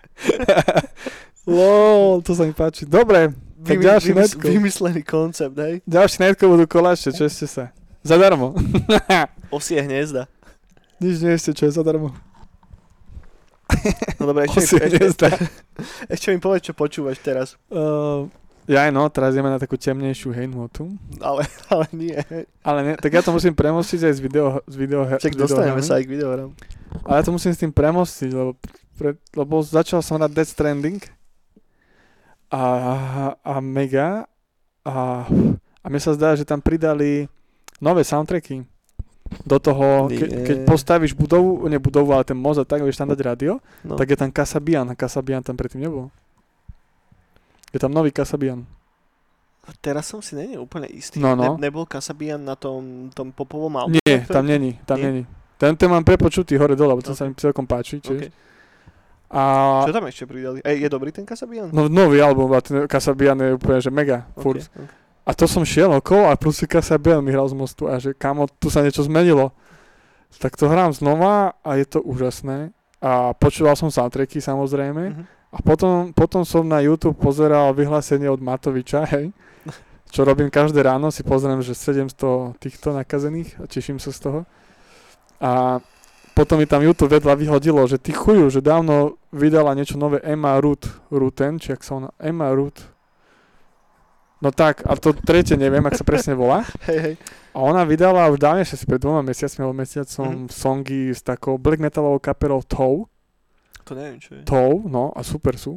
Lol, to sa mi páči. Dobre, tak Vymy, ďalší vymys- Nightcrawl. Vymyslený koncept, hej? Ďalší Nightcrawl budú koláče, česte sa. Zadarmo. Osie hniezda. Nič nie ste, čo je zadarmo. No dobre, ešte, mi, ešte, ešte mi povedz, čo počúvaš teraz. Uh, ja aj no, teraz ideme na takú temnejšiu hejnmotu. Ale, ale nie. Ale nie, tak ja to musím premostiť aj z video, z video Čak dostaneme sa aj k videohrám. Ale ja to musím s tým premostiť, lebo, pre, lebo začal som hrať Death Stranding a, a mega a, a mne sa zdá, že tam pridali nové soundtracky. Do toho, ke, keď postavíš budovu, nie budovu, ale ten most a tak, vieš tam dať rádio, no. Tak je tam Kasabian a Kasabian tam predtým nebol. Je tam nový Kasabian. A teraz som si není úplne istý. No, no. Ne, nebol Kasabian na tom, tom popovom albume? Nie, tam není, tam není. Ten, ten mám prepočutý hore dole, lebo ten okay. Sa mi celkom páči, čiže. Okay. A... Čo tam ešte pridali? E, je dobrý ten Kasabian? No nový album, a ten Kasabian je úplne, že mega, okay, furt. Okay. A to som šiel okolo a proste Kasabian mi hral z mostu a že kamo, tu sa niečo zmenilo. Tak to hrám znova a je to úžasné. A počúval som soundtracky samozrejme. Mm-hmm. A potom, potom som na YouTube pozeral vyhlásenie od Matoviča, hej. čo robím každé ráno, si pozriem, že sedemsto týchto nakazených a teším sa z toho. A potom mi tam YouTube vedľa vyhodilo, že ty chuju, že dávno vydala niečo nové Emma Ruth Ruten, či ak sa ona, Emma Ruth. No tak, a to tretie neviem, ak sa presne volá. Hej, hej. A ona vydala už dávnejšie si pred dvoma mesiacmi alebo mesiacom mm-hmm. songy s takou black metalovou kapelou Toe. To neviem, čo je. Toe, no a super sú.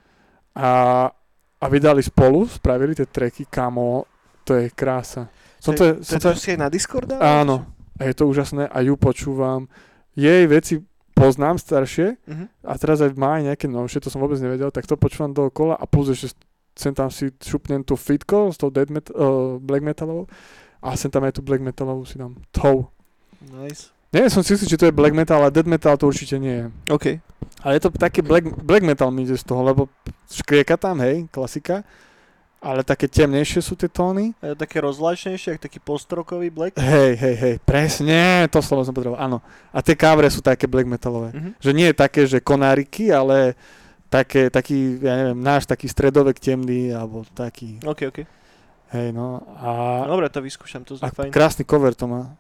A, a vydali spolu, spravili tie tracky, kamo, to je krása. Som to, to, to, to, to si aj na Discord dávaš? Áno, a je to úžasné a ju počúvam. Jej veci poznám staršie uh-huh. a teraz aj v máji nejaké novšie, to som vôbec nevedel, tak to počúvam dookola a plus ešte sem tam si šupnem tú fitko s tou dead met- uh, black metalovou a sem tam aj tú black metalovú si dám. Toe. Nice. Nie som si istý, či to je black metal, ale dead metal to určite nie je. OK. Ale je to taký black, black metal mi ide z toho, lebo škrieka tam, hej, klasika. Ale také temnejšie sú tie tóny. A také rozvláčnejšie, ako taký postrokový black. Hej, hej, hej, presne, to slovo som potreboval, áno. A tie kávre sú také black metalové. Uh-huh. Že nie je také, že konáriky, ale také, taký, ja neviem, náš taký stredovek temný, alebo taký. OK, OK. Hej, no. A, Dobre, to vyskúšam, to znie fajn. Krásny cover to má.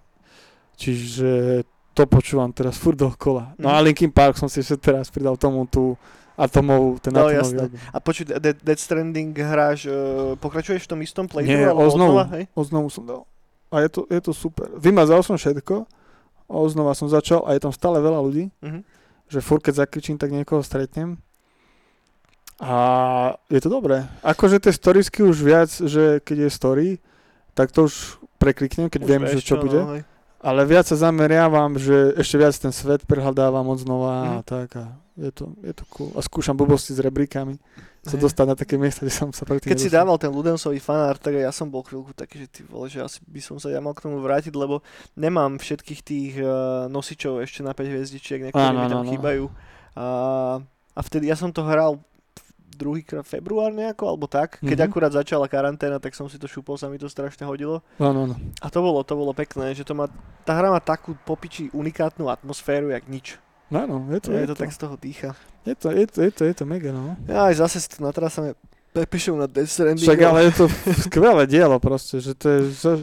Čiže to počúvam teraz furt dokola. No mm. a Linkin Park som si ešte teraz pridal tomu tú atomovú, ten no, atomový album. A počuť, Dead, Dead Stranding hráš, uh, pokračuješ v tom istom playthrough? Nie, alebo oznovu, odnova, hej? oznovu som dal. A je to, je to super. Vymazal som všetko, a oznova som začal a je tam stále veľa ľudí, mm-hmm. že furt keď zakričím, tak niekoho stretnem. A je to dobré. Akože tie storiesky už viac, že keď je story, tak to už prekliknem, keď už viem, že čo, čo bude. No, ale viac sa zameriavam, že ešte viac ten svet prehľadávam od znova mm. a tak a je to, je to cool. A skúšam blbosti s rebríkami, sa dostať na také miesta, kde som sa predtým Keď nedostal. Si dával ten Ludensový fanart, tak ja som bol chvíľku taký, že ty vole, že asi by som sa ja mal k tomu vrátiť, lebo nemám všetkých tých uh, nosičov ešte na päť hviezdičiek, niektorí mi tam chýbajú. A, a vtedy ja som to hral druhýkrát február nejako, alebo tak. Keď mm-hmm. akurát začala karanténa, tak som si to šupol, sa mi to strašne hodilo. Áno, áno. A to bolo, to bolo pekné, že to má, tá hra má takú popiči unikátnu atmosféru, jak nič. Áno, je to, je, je to, to. tak z toho dýcha. Je to, je to, je to, je to mega, no. Ja aj zase tu natrásame pepešou na Death Stranding. Však ale je to skvelé dielo proste, že to je zo,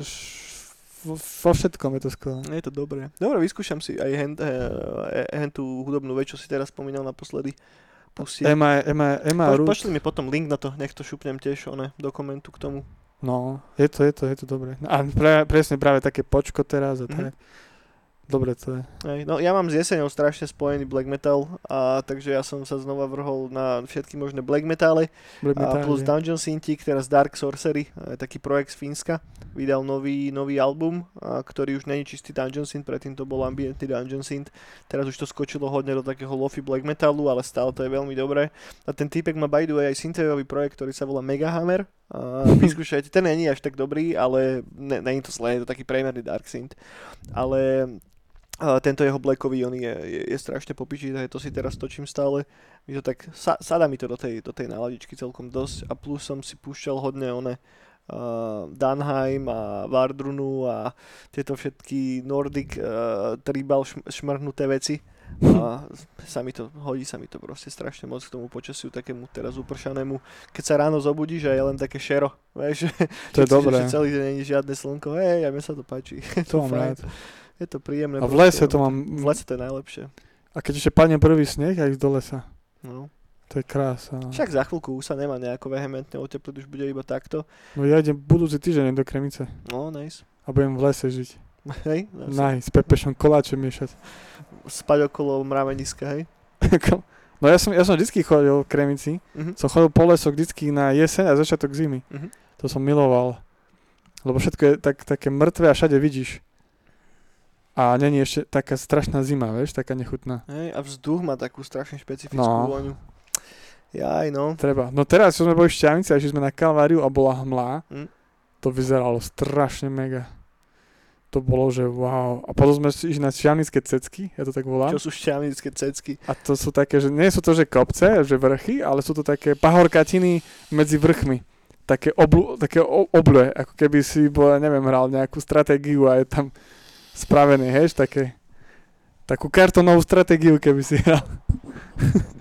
vo všetkom je to skvelé. Je to dobré. Dobre, vyskúšam si aj hen, hen tú hudobnú vec, čo si teraz spomínal naposledy. Emma, Emma, Emma po, Ruth. Pošli mi potom link na to, nech to šupnem tiež one, do komentu k tomu. No, je to, je to, je to dobré. A pre, presne práve také počko teraz a tak. Mm-hmm. Dobre to je. Hej, no ja mám s jeseňou strašne spojený black metal, a takže ja som sa znova vrhol na všetky možné black metály. Black metal, a plus je. Dungeon Synthic, teraz Dark Sorcery, taký projekt z Fínska, vydal nový, nový album, a, ktorý už není čistý Dungeon Synth, predtým to bol ambientný Dungeon Synth. Teraz už to skočilo hodne do takého lofi black metalu, ale stále to je veľmi dobré. A ten týpek má by the way aj synthwaveový projekt, ktorý sa volá Mega Hammer. A vyskúšajte, ten není až tak dobrý, ale ne, není to zlé, je to taký priemerný Dark Synth. Ale Uh, tento jeho blackový, on je, je, je strašne popičí, to si teraz točím stále. Mi to tak, sa, sadá mi to do tej, do tej náladičky celkom dosť a plus som si púšťal hodne one uh, Danheim a Vardrunu a tieto všetky Nordic uh, tribal šm- šmrhnuté veci. A sa mi to, hodí sa mi to proste strašne moc k tomu počasiu takému teraz upršanému. Keď sa ráno zobudíš a je len také šero, vieš, to je dobré. Že celý deň nie je žiadne slnko, hej, a mne sa to páči. To mám rád. Je to príjemné. A v lese to mám... V lese to je najlepšie. A keď ešte padne prvý sneh a ísť do lesa. No. To je krása. No. Však za chvíľku už sa nemá nejako vehementne otepliť, už bude iba takto. No ja idem budúci týždeň do Kremice. No, nice. A budem v lese žiť. Hej? Nice, s pepešom koláče miešať. Spať okolo mraveniska, hej? No ja som, ja som vždycky chodil v Kremici. Uh-huh. Som chodil po lesoch vždycky na jeseň a začiatok zimy. Uh-huh. To som miloval. Lebo všetko je tak, také mŕtve a všade vidíš. A není ešte taká strašná zima, vieš, taká nechutná. Hej, a vzduch má takú strašne špecifickú no. vôňu. Jaj, no. Treba. No teraz, čo sme boli v Šťavnici a išli sme na Kalváriu a bola hmla, mm. to vyzeralo strašne mega. To bolo, že wow. A potom sme išli na Šťavnické cecky, ja to tak volám. Čo sú Šťavnické cecky? A to sú také, že nie sú to, že kopce, že vrchy, ale sú to také pahorkatiny medzi vrchmi. Také, oblu, také oblue, ako keby si bol, neviem, hral nejakú stratégiu a je tam spravený, hej, také, takú kartonovú stratégiu, keby si hral.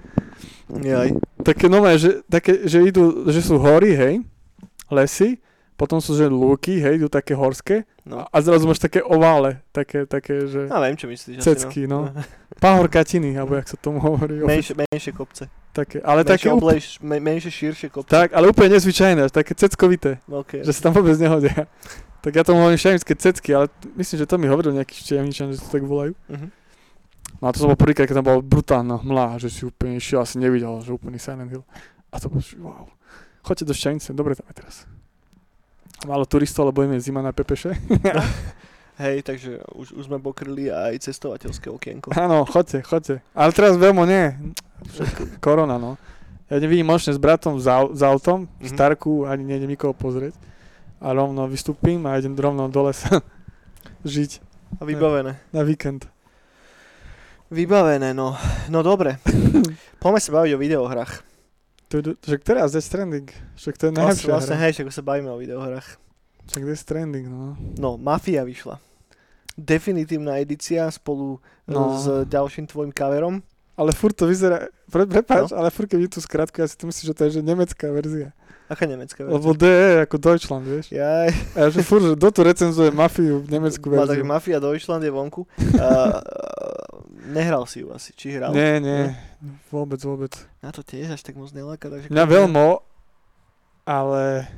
Jaj. Také nové, že, také, že idú, že sú hory, hej, lesy, potom sú, že lúky, hej, idú také horské no. a zrazu máš také ovále, také, také, že... No, viem, čo myslíš. Cecky, asi, no. no. Pahorkatiny, alebo jak sa tomu hovorí. Menšie, menšie kopce. Také, ale menšie také... Oblejš, men, menšie, širšie kopce. Tak, ale úplne nezvyčajné, také ceckovité, okay. že sa tam vôbec nehodia. Tak ja tomu hovorím šajemské cecky, ale myslím, že to mi hovoril nejaký šajemničan, že to tak volajú. Uh-huh. No a to som bol prvýkrát, keď tam bola brutálna hmla, že si úplne šiel, asi nevidel, že úplný Silent Hill. A to bolo, že wow. Choďte do Šťanice, dobre tam je teraz. Málo turistov, lebo je zima na Pepeše. Hej, takže už, už sme pokryli aj cestovateľské okienko. Áno, choďte, choďte. Ale teraz veľmi nie. Korona, no. Ja nevidím možnosť s bratom za, za autom, mm-hmm. v Starku, ani nejdem nikoho pozrieť. A rovno vystúpim a idem rovno do lesa žiť. A vybavené. Na, na víkend. Vybavené, no. No dobre. Poďme sa baviť o videohrách. Však teraz Death Stranding, však to je najlepšia vlastne, hra. Vlastne, hej, však sa bavíme o videohrách. Však Death Stranding, no. No, Mafia vyšla. Definitívna edícia spolu no. s ďalším tvojim coverom. Ale furt to vyzerá, pre, prepáč, no. ale furt keď vidím tú skratku, ja si to myslím, že to je že nemecká verzia. Aká nemecká verzia? Lebo D je ako Deutschland, vieš. Jaj. A ja že furt, že kto tu recenzuje Mafiu v nemeckú verziu. Takže Mafia Deutschland je vonku. Uh, nehral si ju asi, či hral? Nie, nie, vôbec, vôbec. Na to tiež až tak moc neláka. Takže mňa veľmo, ale...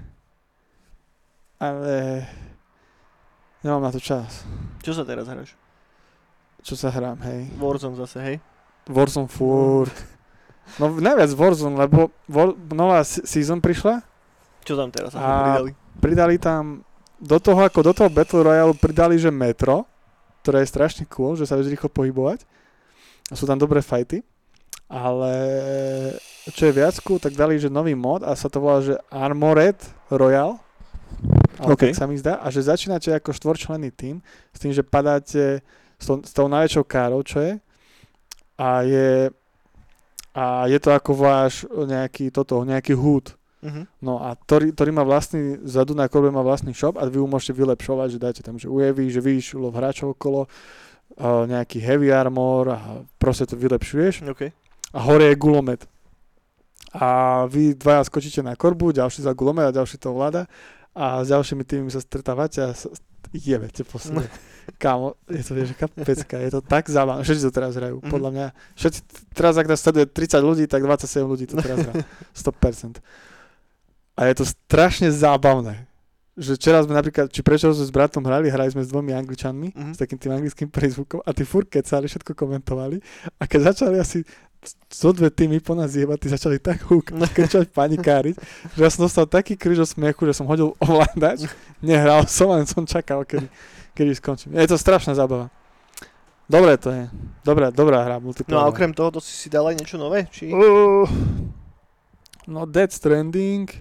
Ale... Nemám na to čas. Čo sa teraz hráš? Čo sa hrám, hej. Warzone zase, hej? Warzone furt. No najviac Warzone, lebo War, nová season prišla. Čo tam teraz a pridali? Pridali tam, do toho ako do toho Battle Royale pridali, že metro, ktoré je strašne cool, že sa vieš rýchlo pohybovať. A sú tam dobré fighty. Ale čo je viac cool, tak dali, že nový mod a sa to volá, že Armored Royale. Ale okay. Tak sa mi zdá. A že začínate ako štvorčlenný tím s tým, že padáte s tou, s tou najväčšou károu, čo je. A je... A je to ako váš nejaký toto, nejaký húd. Uh-huh. No a ktorý, ktorý má vlastný, zadu na korbe má vlastný shop a vy ho môžete vylepšovať, že dáte tam, že ujevy, že vyvíš lov hráčov okolo, uh, nejaký heavy armor a proste to vylepšuješ. Okay. A hore je gulomet. A vy dvaja skočíte na korbu, ďalší za gulomet a ďalší to ovláda a s ďalšími tými sa stretávate a sa jebete po sebe. Kámo, je to vieš, kapecka, je to tak zábavné. Všetci to teraz hrajú, mm-hmm. podľa mňa. Všetci, teraz ak nás sleduje tridsať ľudí, tak dvadsaťsedem ľudí to teraz hrá. sto percent. A je to strašne zábavné. Že včera sme napríklad, či prečo sme s bratom hrali, hrali sme s dvomi Angličanmi, mm-hmm. s takým tým anglickým prízvukom a tí furt kecali, všetko komentovali. A keď začali asi zo dve týmy po nás jebať, tí začali tak húkať, kričať, panikáriť, že ja som dostal taký kríž od smiechu, že som hodil ovládač, nehral som, len som čakal, kedy, kedy skončím. Je to strašná zábava. Dobre to je. Dobrá, dobrá hra. No a okrem toho, to si si dal aj niečo nové? Či? Uh, no Death Stranding.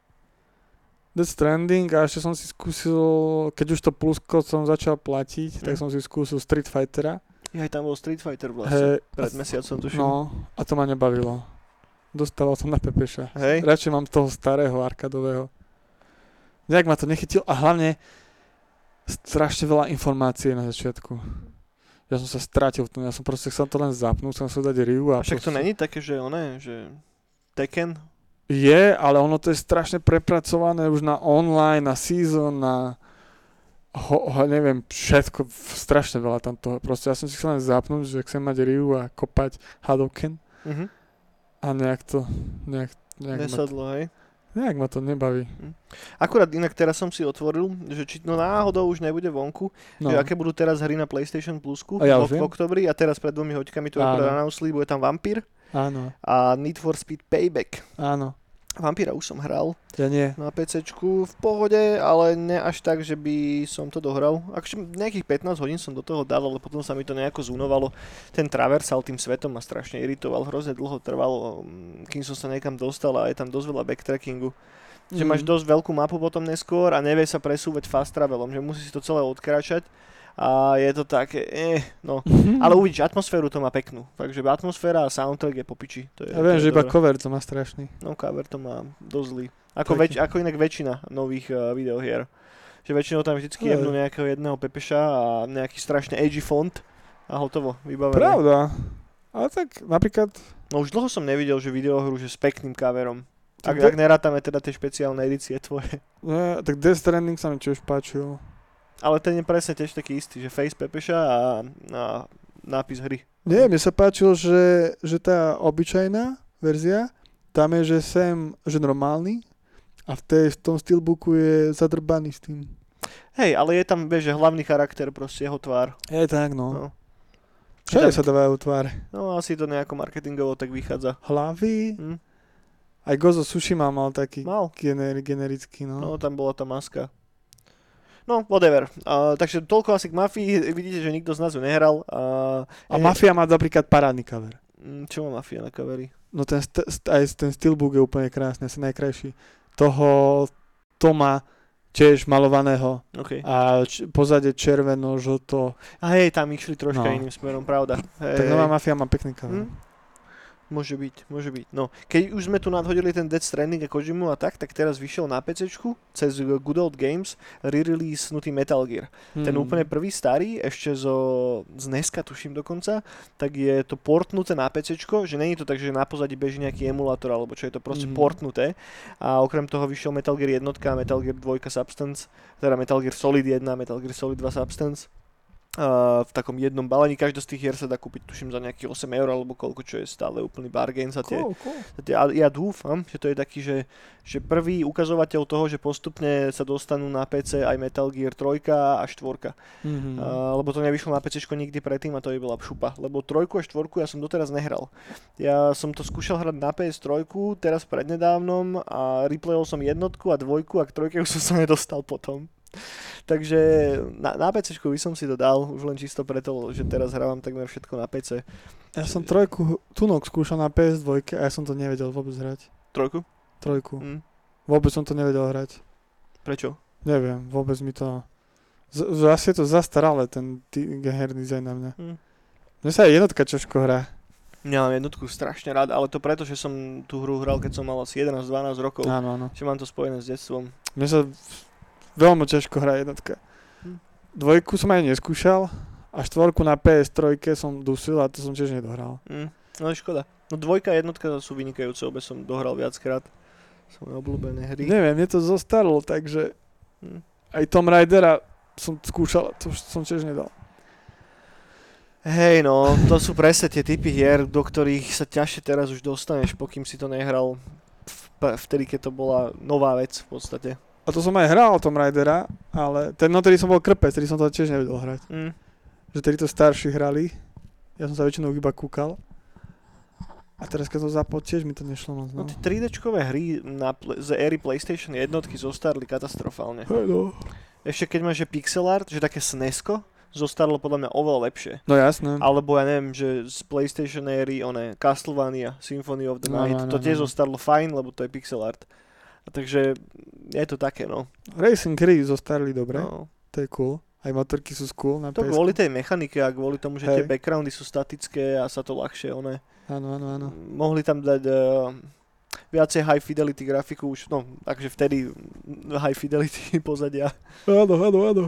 Death Stranding a ešte som si skúsil, keď už to plusko som začal platiť, mm. tak som si skúsil Street Fightera. Ja aj tam bol Street Fighter vlastne, hey, pred mesiacom tuším. No, a to ma nebavilo. Dostával som na Pepeša. Hej. Radšej mám toho starého, arkadového. Nejak ma to nechytilo a hlavne strašne veľa informácií na začiatku. Ja som sa strátil v tom, ja som proste chcel to len zapnúť, chcel sa dať Ryu a... A však proste... to není také, že oné, že Tekken? Je, ale ono to je strašne prepracované už na online, na season, na... Ho, ho, neviem, všetko, strašne veľa tam toho. Proste ja som si chcel len zapnúť, že chcem mať Ryu a kopať Hadouken. Uh-huh. A nejak to... Nejak, nejak Nesadlo, ma to, hej? Nejak ma to nebaví. Akurát inak teraz som si otvoril, že či no náhodou už nebude vonku, no. Že aké budú teraz hry na PlayStation Plusku ja v, v oktobri a teraz pred dvomi hoďkami to akurát announceli, bude tam Vampír. Áno. A Need for Speed Payback. Áno. Vampíra už som hral. Ja nie. Na PCčku v pohode, ale ne až tak, že by som to dohral. Akože nejakých pätnásť hodín som do toho dal, ale potom sa mi to nejako zúnovalo. Ten traversal tým svetom ma strašne iritoval, hrozne dlho trvalo, kým som sa niekam dostal a je tam dosť veľa backtrackingu. Mm. Že máš dosť veľkú mapu potom neskôr a nevie sa presúvať fast travelom, že musí si to celé odkráčať. A je to také, eh, no. Ale uvidíš, atmosféru to má peknú. Takže atmosféra a soundtrack je po piči. To je, ja viem, to je že iba dobré. cover to má strašný. No cover to má dosť zlý. Ako, väč, ako inak väčšina nových uh, videohier. Že väčšinou tam vždycky jebnú nejakého jedného pepeša a nejaký strašne edgy font a hotovo, vybavené. Pravda. Ale tak napríklad... No už dlho som nevidel, že videohru, že s pekným coverom. Ak, de- ak nerátame teda tie špeciálne edície tvoje. No, tak Death Stranding sa mi tiež páčil. Ale ten je presne tiež taký istý, že face Pepeša a, a nápis hry. Nie, mne sa páčilo, že, že tá obyčajná verzia, tam je, že sem, že normálny a v, tej, v tom steelbooku je zadrbaný s tým. Hej, ale je tam, vieš, že hlavný charakter, proste jeho tvár. Je tak, no. no. tam, Všade sa dávajú tváre. No, asi to nejako marketingovo tak vychádza. Hlavy. Hm? Aj Gozo Tsushima mal taký mal. Gener, generický, no. No, tam bola tá maska. No, whatever. Uh, takže toľko asi k Mafii. Vidíte, že nikto z nás ju nehral. Uh, a Mafia má napríklad parádny cover. Čo má Mafia na coveri? No ten, st- st- aj ten steelbook je úplne krásny, asi najkrajší. Toho Toma tiež malovaného. Okay. A č- pozadie červeno, žlto. A hej, tam išli troška no. iným smerom, pravda. Hej, tak nová Mafia má pekný cover. Hm? Môže byť, môže byť. No, keď už sme tu nadhodili ten Death Stranding a Kojimu a tak, tak teraz vyšiel na PCčku cez Good Old Games re-release-nutý Metal Gear. Hmm. Ten úplne prvý starý, ešte zo, z Neska tuším dokonca, tak je to portnuté na PCčko, že není to tak, že na pozadí beží nejaký emulátor, alebo čo je to proste hmm. portnuté. A okrem toho vyšiel Metal Gear jednotka, Metal Gear dva Substance, teda Metal Gear Solid jedna, Metal Gear Solid dva Substance. Uh, v takom jednom balení. Každá z tých hier sa dá kúpiť, tuším, za nejakých osem eur alebo koľko, čo je stále úplný bargain za tie. Cool, cool. Za tie a ja dúfam, že to je taký, že, že prvý ukazovateľ toho, že postupne sa dostanú na pé cé aj Metal Gear tri a štyri. Mm-hmm. Uh, lebo to nevyšlo na PCčko nikdy predtým a to by bola šupa. Lebo trojku a štvorku ja som doteraz nehral. Ja som to skúšal hrať na pé es tri, teraz prednedávnom a replayol som jednotku a dvojku a k trojke už som sa nedostal potom. Takže na, na PCčku by som si to dal, už len čisto preto, že teraz hrávam takmer všetko na pé cé. Ja som trojku tunok skúšal na pé es dva a ja som to nevedel vôbec hrať. Trojku? Trojku. Mm. Vôbec som to nevedel hrať. Prečo? Neviem, vôbec mi to... Z, zase je to zastaralé, ten tý, herný dizajn na mňa. Mm. Mne sa aj jednotka ťažko hrá. Ja mám jednotku strašne rád, ale to preto, že som tú hru hral, keď som mal asi jedenásť dvanásť rokov. Áno, áno. Že mám to spojené s detstvom. Mne sa veľmi ťažko hrá jednotka. Hm. Dvojku som aj neskúšal a štvorku na pé es tri som dusil a to som tiež nedohral. Hm. No je škoda. No dvojka a jednotka sú vynikajúce, obe som dohral viackrát. Sú moje obľúbené hry. Neviem, mne to zostarlo, takže hm. aj Tomb Raidera som skúšal, to už som tiež nedal. Hej no, to sú presne tie typy hier, do ktorých sa ťažšie teraz už dostaneš, pokým si to nehral vtedy, keď to bola nová vec v podstate. A to som aj hral Tomb Raidera, ale ten, no tedy som bol krpec, tedy som to tiež nevedel hrať. Mm. Že tedy to starší hrali, ja som sa väčšinou iba kúkal. A teraz keď som zapol, tiež mi to nešlo moc. No, no tie tri déčkové hry na pl- z éry PlayStation jednotky zostarli katastrofálne. Hey no. Ešte keď máš že pixel art, že také snesko, zostarlo podľa mňa oveľa lepšie. No jasné. Alebo ja neviem, že z PlayStation éry, one Castlevania, Symphony of the Night, no, no, no, to tiež no. zostarlo fajn, lebo to je pixel art. A takže je to také, no. Racing hry zostarli dobre, no. To je cool. Aj motorky sú cool na to pé es. Kvôli tej mechanike a kvôli tomu, že hey. tie backgroundy sú statické a sa to ľahšie, one... Áno, áno, áno. Mohli tam dať uh, viacej high fidelity grafiku už, no, takže vtedy high fidelity pozadia. Áno, áno, áno.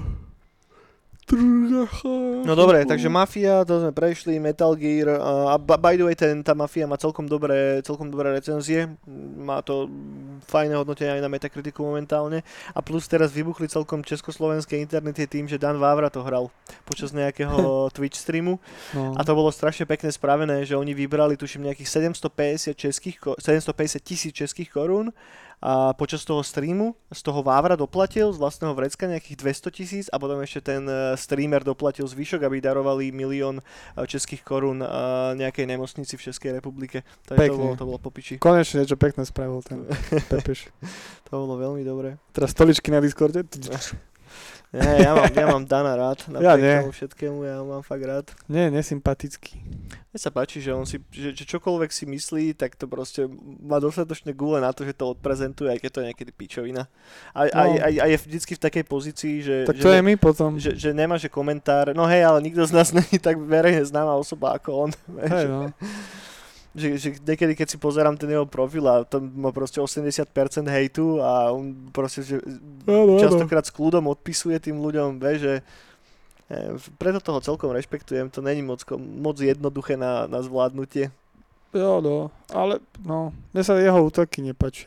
No dobre, takže Mafia, to sme prešli, Metal Gear a by the way, ten, tá Mafia má celkom dobré, celkom dobré recenzie, má to fajné hodnotenie aj na Metacriticu momentálne a plus teraz vybuchli celkom československé internety tým, že Dan Vávra to hral počas nejakého Twitch streamu no. A to bolo strašne pekne spravené, že oni vybrali tuším nejakých sedemstopäťdesiat českých, sedemstopäťdesiat tisíc českých korún a počas toho streamu z toho Vávra doplatil z vlastného vrecka nejakých dvesto tisíc a potom ešte ten streamer doplatil zvyšok, aby darovali milión českých korún nejakej nemocnici v Českej republike. Takže to bolo, to bolo popiči. Konečne niečo pekné spravil ten Pepiš. To bolo veľmi dobré. Teraz stoličky na Discorde. Nie, ja mám, ja mám Dana rád, ja napriek tomu všetkému, ja mám fakt rád. Nie, nesympatický. Mne sa páči, že on si, že, že čokoľvek si myslí, tak to proste má dostatočné gule na to, že to odprezentuje, aj keď to je niekedy pičovina. A, no. a, a, a je vždycky v takej pozícii, že... Tak že to ne, je my potom. Že, že nemá, že komentár, no hej, ale nikto z nás není tak verejne známa osoba ako on. Hej, no. Že, že niekedy, keď si pozerám ten jeho profil a tam má proste osemdesiat percent hejtu a on proste že no, no, častokrát s kľudom odpisuje tým ľuďom, vie, že eh, preto toho celkom rešpektujem, to není moc, moc jednoduché na, na zvládnutie. Jo, no, ale no, mne sa jeho útoky nepáčia.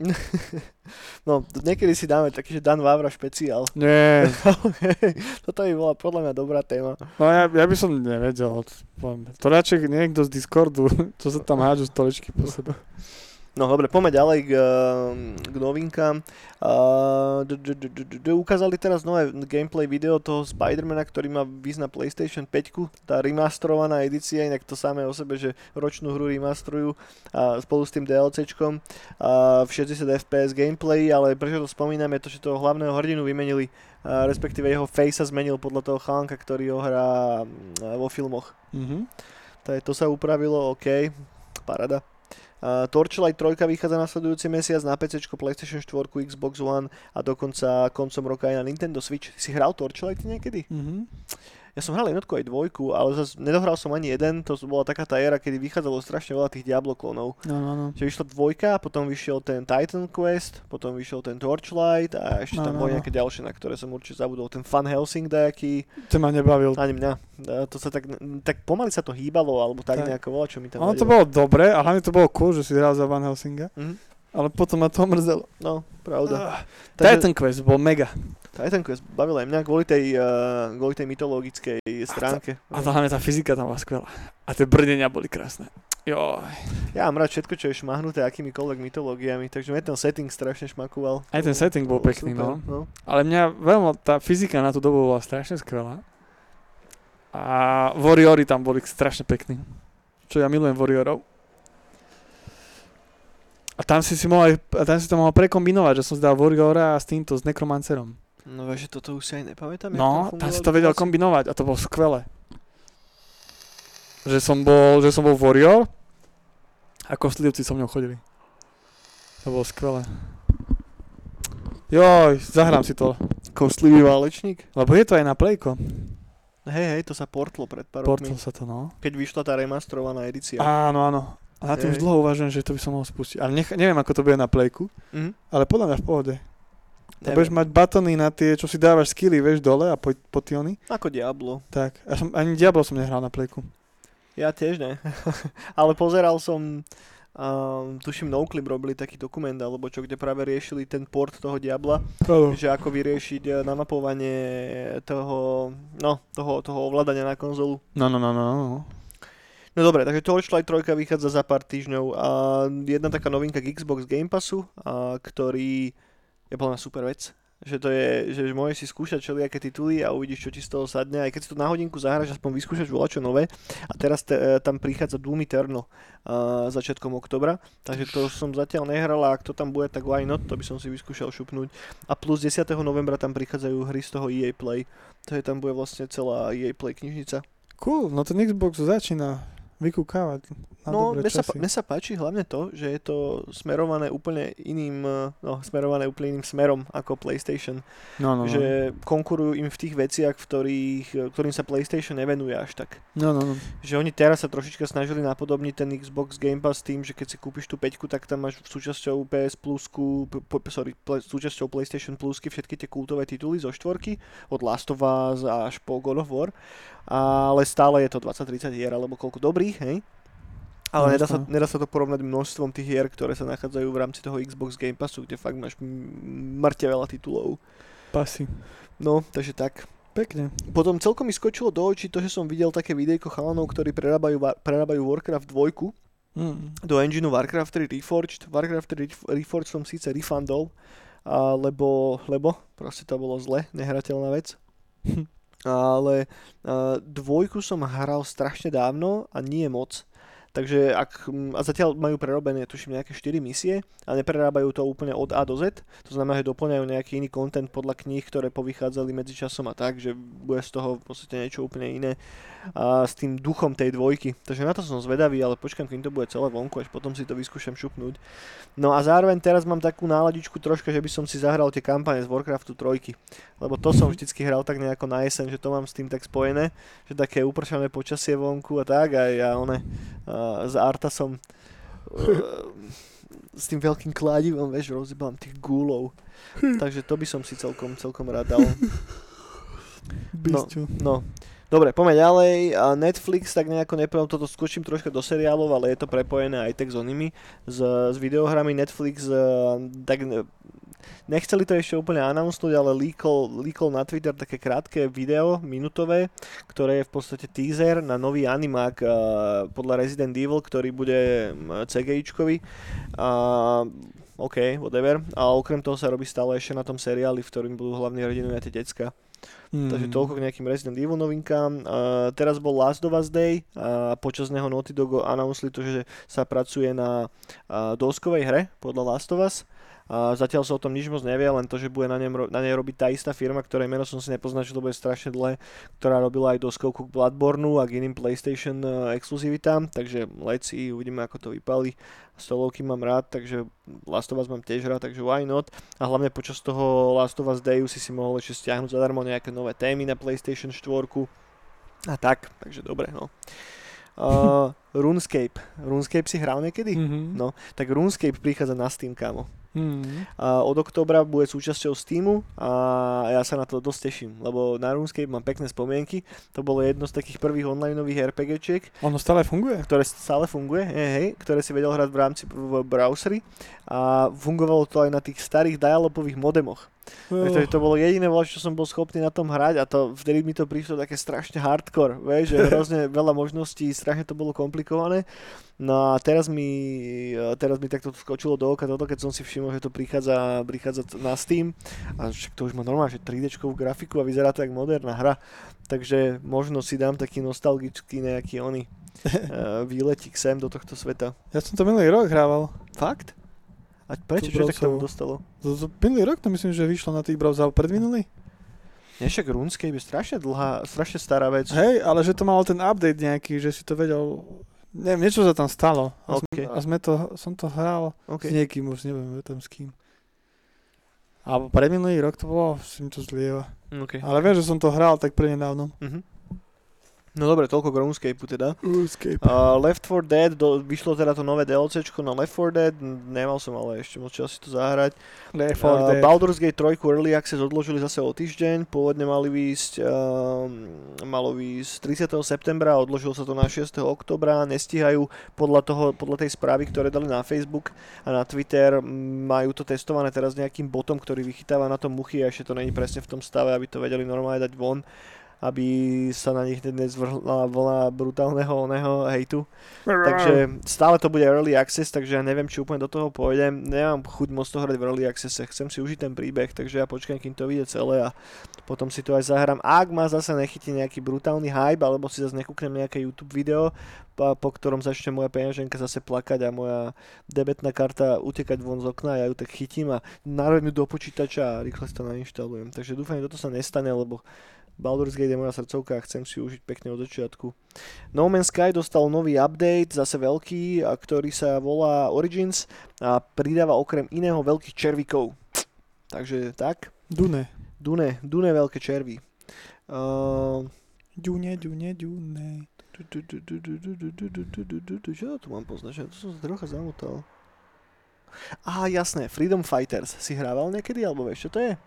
No, niekedy si dáme taký, že Dan Vávra špeciál. Nie. Toto by bola podľa mňa dobrá téma. No ja, ja by som nevedel. To radšej niekto z Discordu, čo sa tam hádžu stoličky po sebe. No dobre, poďme ďalej k, k novinkám. Uh, d- d- d- d- d- ukázali teraz nové gameplay video toho Spidermana, ktorý má výsť na PlayStation päť, tá remasterovaná edícia, inak to samé o sebe, že ročnú hru remasterujú uh, spolu s tým DLCčkom uh, v šesťdesiat ef pé es gameplay, ale prečo to spomíname, to, že toho hlavného hrdinu vymenili, uh, respektíve jeho face sa zmenil podľa toho chalanka, ktorý ho hrá uh, vo filmoch. Mm-hmm. To sa upravilo, OK, parada. Uh, Torchlight tri vychádza nasledujúci mesiac na PCčko, PlayStation štyri, Xbox One a dokonca koncom roka aj na Nintendo Switch. Si hral Torchlight niekedy? Mhm. Ja som hral jednotku aj dvojku, ale zase nedohral som ani jeden, to bola taká tá éra, kedy vychádzalo strašne veľa tých Diablo klonov. No, no, no. Čiže vyšla dvojka, potom vyšiel ten Titan Quest, potom vyšiel ten Torchlight a ešte no, tam no, boli no. nejaké ďalšie, na ktoré som určite zabudol. Ten Van Helsing dajaký. To ma nebavil. Ani mňa. To sa tak, tak pomaly sa to hýbalo, alebo tak, tak. nejako volá, čo mi tam Ono to bolo dobre a hlavne to bolo cool, že si hral za Van Helsinga. Mhm. Ale potom ma to mrzelo. No, pravda. Uh, Titan Quest bol mega. Titan Quest bavil aj mňa kvôli tej, uh, kvôli tej mytologickej stránke. A, ta, a to hlavne tá fyzika tam bola skvelá. A tie brdenia boli krásne. Joj. Ja mám rád všetko, čo je šmahnuté akýmikoľvek mytológiami, takže mňa ten setting strašne šmakoval. Aj ten setting bol, bol pekný, super, no. no. Ale mňa veľmi, tá fyzika na tú dobu bola strašne skvelá. A Warriory tam boli strašne pekní. Čo ja milujem Warriorov. A tam si si mohol, a tam si to mohol prekombinovať, že som si dal Warriora a s týmto, s Necromancerom. No vieš, že toto už si aj nepamätám. No, tam si to vedel kombinovať a to bolo skvelé. Že som bol, že som bol Warrior a kostlivci so mnou chodili. To bolo skvelé. Joj, zahrám si to. Kostlivý válečník? Lebo je to aj na Playko. Hej, hej, to sa portlo pred pár portlo rokmi. sa to, no. Keď vyšla tá remasterovaná edícia. Áno, áno. A na tým už dlho uvažujem, že to by som mohol spustiť. Ale nech, neviem, ako to bude na Playku, mm-hmm. ale podľa mňa v pohode. Tam budeš mať batony na tie, čo si dávaš skilly, vieš, dole a po, potiony. Ako Diablo. Tak, ja som, ani Diablo som nehral na Playku. Ja tiež ne. Ale pozeral som, um, tuším, Noclip robili taký dokument, alebo čo, kde práve riešili ten port toho Diabla, Hello. Že ako vyriešiť namapovanie toho, no, toho, toho ovládania na konzolu. No, no, no, no, no. No dobre, takže Torchlight tri vychádza za pár týždňov a jedna taká novinka k Xbox Game Passu, a ktorý je podľa mňa super vec. Že to je, že môžeš si skúšať všelijaké tituly a uvidíš, čo ti z toho sadne. Aj keď si to na hodinku zahráš, aspoň vyskúšaš voľačo nové. A teraz te, tam prichádza Doom Eternal uh, začiatkom oktobra. Takže to som zatiaľ nehral a ak to tam bude, tak why not? To by som si vyskúšal šupnúť. A plus desiateho novembra tam prichádzajú hry z toho é á Play. Takže tam bude vlastne celá é á Play knižnica. Cool, no ten Xbox začína vykúkávať na no, dobré mne sa, časy. mne sa páči hlavne to, že je to smerované úplne iným, no, smerované úplne iným smerom ako PlayStation. No, no, no. Že konkurujú im v tých veciach, v ktorých, ktorým sa PlayStation nevenuje až tak. No, no, no. Že oni teraz sa trošička snažili napodobniť ten Xbox Game Pass tým, že keď si kúpiš tú päťku, tak tam máš súčasťou pé es Plusku, p- sorry, ple, súčasťou PlayStation Plusky všetky tie kultové tituly zo štvorky, od Last of Us až po God of War. Ale stále je to dvadsať tridsať hier, alebo koľko dobrých, hej? Ale no, nedá, sa, nedá sa to porovnať množstvom tých hier, ktoré sa nachádzajú v rámci toho Xbox Game Passu, kde fakt máš mŕte veľa titulov. Pasy. No, takže tak. Pekne. Potom celkom mi skočilo do očí to, že som videl také videjko chalanov, ktorí prerábajú, prerábajú Warcraft dva mm. do engineu Warcraft tri Reforged. Warcraft tri Reforged som síce refundol, a lebo, lebo proste to bolo zle, nehrateľná vec. Ale uh, dvojku som hral strašne dávno a nie moc. Takže ak, a zatiaľ majú prerobené, tuším, nejaké štyri misie a neprerábajú to úplne od A do Z. To znamená, že doplňajú nejaký iný content podľa kníh, ktoré povychádzali medzi časom a tak, že bude z toho v podstate niečo úplne iné a s tým duchom tej dvojky. Takže na to som zvedavý, ale počkám, kým to bude celé vonku, až potom si to vyskúšam šupnúť. No a zároveň teraz mám takú náladičku troška, že by som si zahral tie kampane z Warcraftu tri, lebo to som vždycky hral tak nejako na jeseň, že to mám s tým tak spojené, že také upršané počasie vonku a tak a ja one a s Artasom uh, s tým veľkým kladivom, vieš, rozjebám tých gúlov. Takže to by som si celkom, celkom rád dal. No, no. Dobre, poďme ďalej. Netflix, tak nejako nepoviem, toto skočím troška do seriálov, ale je to prepojené aj tak s onými, s, s videohrami. Netflix, tak nechceli to ešte úplne announcnúť, ale líkol, líkol na Twitter také krátke video, minutové, ktoré je v podstate teaser na nový animák podľa Resident Evil, ktorý bude CGIčkový. A OK, whatever. A okrem toho sa robí stále ešte na tom seriáli, v ktorým budú hlavní hrdinové tie decka. Hmm. Takže toľko k nejakým Resident Evil novinkám. Uh, teraz bol Last of Us Day a počas neho Naughty Dog announceli to, že sa pracuje na uh, doskovej hre podľa Last of Us. Uh, zatiaľ sa o tom nič moc nevie, len to, že bude na, ňom, na nej robiť tá istá firma, ktorej meno som si nepoznal, že to bude strašne dlhé, ktorá robila aj doskovku k Bloodborneu a k iným PlayStation uh, exkluzivitám, takže let's see, uvidíme ako to vypálí. Stolovky mám rád, takže Last of Us mám tiež rád, takže why not? A hlavne počas toho Last of Us Dayu si si mohol ešte stiahnuť zadarmo nejaké nové témy na PlayStation štyri a tak, takže dobre, no. Uh, RuneScape. RuneScape si hral niekedy? Mm-hmm. No, tak RuneScape prichádza na Steam, kámo. Mm. Uh, od októbra bude súčasťou Steamu a ja sa na to dosť teším, lebo na RuneScape mám pekné spomienky. To bolo jedno z takých prvých onlineových RPGčiek. Ono stále funguje? Ktoré stále funguje, hej, hej, ktoré si vedel hrať v rámci v browseri a fungovalo to aj na tých starých dial-upových modemoch. Oh. Takže to bolo jediné, čo som bol schopný na tom hrať a to vtedy mi to prišlo také strašne hardcore, vieš, že hrozne veľa možností, strašne to bolo komplikované. No a teraz mi, teraz mi takto skočilo do oka toto, keď som si všimol, že to prichádza, prichádza na Steam a však to už má normálne, že tri déčkovú grafiku a vyzerá to jak moderná hra, takže možno si dám taký nostalgický nejaký oný výletík sem do tohto sveta. Ja som to minulý rok hrával. Fakt? A prečo, čo tak tomu dostalo? To, to, minulý rok to myslím, že vyšlo na tých browserov predminulý. Nie, však RuneScape je strašne dlhá, strašne stará vec. Hej, ale že to malo ten update nejaký, že si to vedel, neviem, niečo sa tam stalo. A, okay. sme, a sme to, som to hral okay. s niekým, už neviem tam s kým. A predminulý rok to bolo, si mi to zlieva. Okay. Ale viem, že som to hral tak prednedávno. Uh-huh. No dobre, toľko k RuneScapeu teda. RuneScape. Uh, Left four Dead, do, vyšlo teda to nové DLCčko na Left four Dead, nemal som ale ešte moc čas si to zahrať. Left four uh, Dead. Baldur's Gate tri Early Access odložili zase o týždeň, pôvodne mali výjsť, uh, malo výjsť tridsiateho septembra, odložilo sa to na šiesteho októbra, nestíhajú podľa toho, podľa tej správy, ktoré dali na Facebook a na Twitter, majú to testované teraz nejakým botom, ktorý vychytáva na tom muchy a ešte to není presne v tom stave, aby to vedeli normálne dať von, aby sa na nich nezvrhla vlna brutálneho oného hejtu. Takže stále to bude Early Access, takže ja neviem, či úplne do toho pôjdem. Nemám chuť moc to hrať v Early Accesse, chcem si užiť ten príbeh, takže ja počkám, kým to vyjde celé a potom si to aj zahrám. Ak ma zase nechytí nejaký brutálny hype, alebo si zase nekúknem nejaké YouTube video, po ktorom začne moja peňaženka zase plakať a moja debetná karta utekať von z okna a ja ju tak chytím a národňu do počítača a rýchle si to nainštalujem. Takže dúfam, že toto sa nestane, lebo Baldur's Gate je moja srdcovka a chcem si užiť pekne od začiatku. No Man's Sky dostal nový update, zase veľký, a ktorý sa volá Origins a pridáva okrem iného veľkých červíkov. Takže tak. Dune. Dune, Dune veľké červy. Uh... Dune, Dune, Dune. Čo tu mám poznačené? To som sa trocha zamotal. Á, jasné, Freedom Fighters. Si hrával niekedy, alebo vieš, čo to je?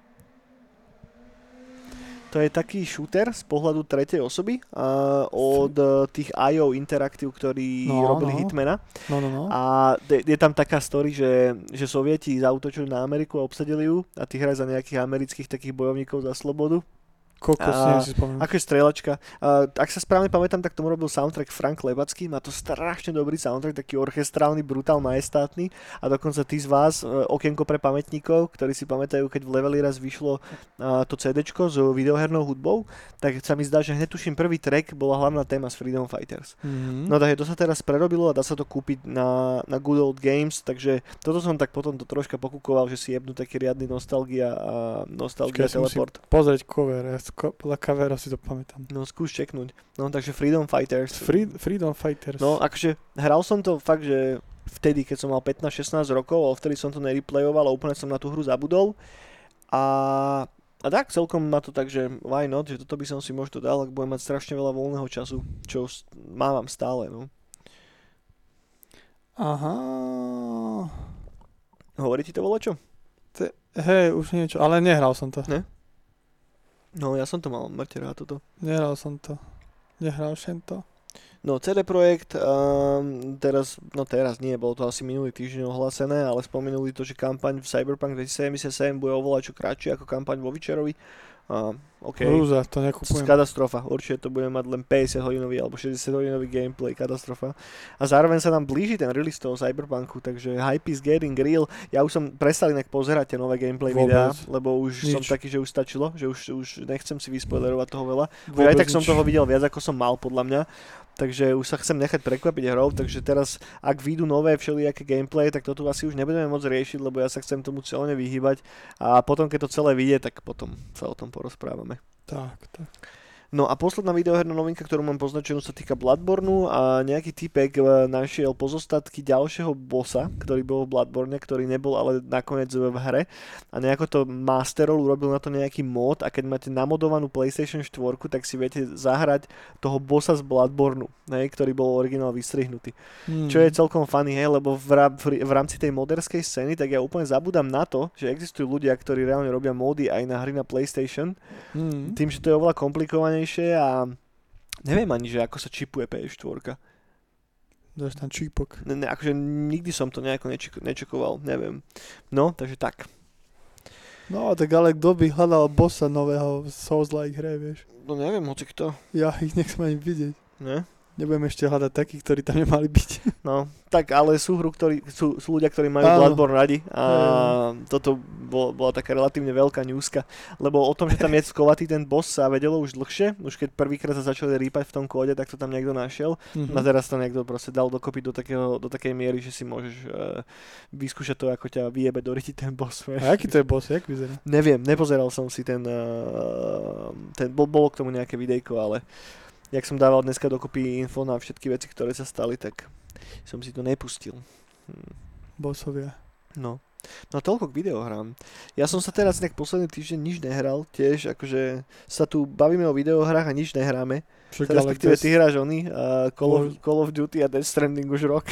To je taký shooter z pohľadu tretej osoby uh, od uh, tých í ó Interactive, ktorí no, robili no. Hitmana. No, no, no. A je, je tam taká story, že, že Sovieti zautočili na Ameriku a obsadili ju a tí hrajú za nejakých amerických takých bojovníkov za slobodu. Kokos, a, si spomínam. ako je strieľačka. A, ak sa správne pamätám, tak tomu robil soundtrack Frank Lebacký. Má to strašne dobrý soundtrack, taký orchestrálny, brutál, majestátny. A dokonca tí z vás, okienko pre pamätníkov, ktorí si pamätajú, keď v Leveli raz vyšlo a, to CDčko s videohernou hudbou, tak sa mi zdá, že hneď tuším prvý track bola hlavná téma z Freedom Fighters. Mm-hmm. No takže to sa teraz prerobilo a dá sa to kúpiť na, na Good Old Games, takže toto som tak potom to troška pokúkoval, že si jebnú taký riadny nostalgia a nostalgia Počkej, teleport. Pozrieť cover, ja podľa covera si to pamätám. No skúš čeknúť. No takže Freedom Fighters. Free, Freedom Fighters. No akože hral som to fakt, že vtedy, keď som mal pätnásť šestnásť rokov, ale vtedy som to nereplayoval a úplne som na tú hru zabudol. A, a tak celkom ma to tak, že why not, že toto by som si možno dal, ak budem mať strašne veľa voľného času, čo mávam stále, no. Aha. Hovorí ti to volačo? Te, hej, už niečo, ale nehral som to. Ne? No, ja som to mal, máte rád toto. Nehral som to. Nehral som to. No, cé dé Projekt, um, teraz, no teraz nie, bolo to asi minulý týždeň ohlásené, ale spomenuli to, že kampaň v Cyberpunk dvetisícsedemdesiatsedem bude oveľa čo kratšie ako kampaň vo Witcherovi. Uh, okay. Hrúza, to nekupujem. Katastrofa, určite to bude mať len päťdesiat hodinový alebo šesťdesiat hodinový gameplay, katastrofa. A zároveň sa nám blíži ten release toho Cyberpunku, takže hype is getting real. Ja už som prestal inak pozerať tie nové gameplay videá, lebo už Nič. som taký, že už stačilo, že už, už nechcem si vyspoilerovať toho veľa. Aj tak som toho videl viac, ako som mal, podľa mňa. Takže už sa chcem nechať prekvapiť hrou, takže teraz, ak vyjdú nové všelijaké gameplay, tak to tu asi už nebudeme môcť riešiť, lebo ja sa chcem tomu celé vyhýbať a potom, keď to celé vyjde, tak potom sa o tom porozprávame. Tak, tak. No a posledná videoherná novinka, ktorú mám poznačenú, sa týka Bloodborneu a nejaký typek našiel pozostatky ďalšieho bossa, ktorý bol v Bloodborne, ktorý nebol ale nakoniec v hre a nejako to masterol, urobil na to nejaký mod a keď máte namodovanú PlayStation štyri, tak si viete zahrať toho bossa z Bloodborneu, ne, ktorý bol originál vystrihnutý. Hmm. Čo je celkom funny, hej, lebo v, ra- v rámci tej moderskej scény, tak ja úplne zabudám na to, že existujú ľudia, ktorí reálne robia módy aj na hry na PlayStation, hmm. tým, že to je oveľa komplikovanejšie a neviem ani, že ako sa čipuje pé es štyri. Dáš tam čípok. Ne, ne, akože nikdy som to nejako neček- nečekoval, neviem. No, takže tak. No, tak ale kto by hľadal bossa nového Souls-like hre, vieš? No neviem, hoci kto. Ja ich nechcem ani vidieť. Ne? Nebudem ešte hľadať takých, ktorí tam nemali byť. No, tak ale sú hru, ktorí, sú, sú ľudia, ktorí majú Áno. Bloodborne radi a Áno. toto bol, bola taká relatívne veľká ňúska, lebo o tom, že tam je skovatý ten boss sa vedelo už dlhšie, už keď prvýkrát sa začali rýpať v tom kóde, tak to tam niekto našiel mm-hmm. a teraz to niekto proste dal dokopy do, takého, do takej miery, že si môžeš uh, vyskúšať to, ako ťa vyjebe do ryti ten boss. Vieš. A aký to je boss, jak vyzerá? Neviem, nepozeral som si ten, uh, ten bol, bolo k tomu nejaké videjko, ale jak som dával dneska dokopy info na všetky veci, ktoré sa stali, tak som si to nepustil. Hm. Bossovia. No. No toľko k videohrám. Ja som sa teraz nejak posledný týždeň nič nehral, tiež akože sa tu bavíme o videohrách a nič nehráme. Však, respektíve ty hráš oni, uh, Call, of, Call of Duty a Death Stranding už rok.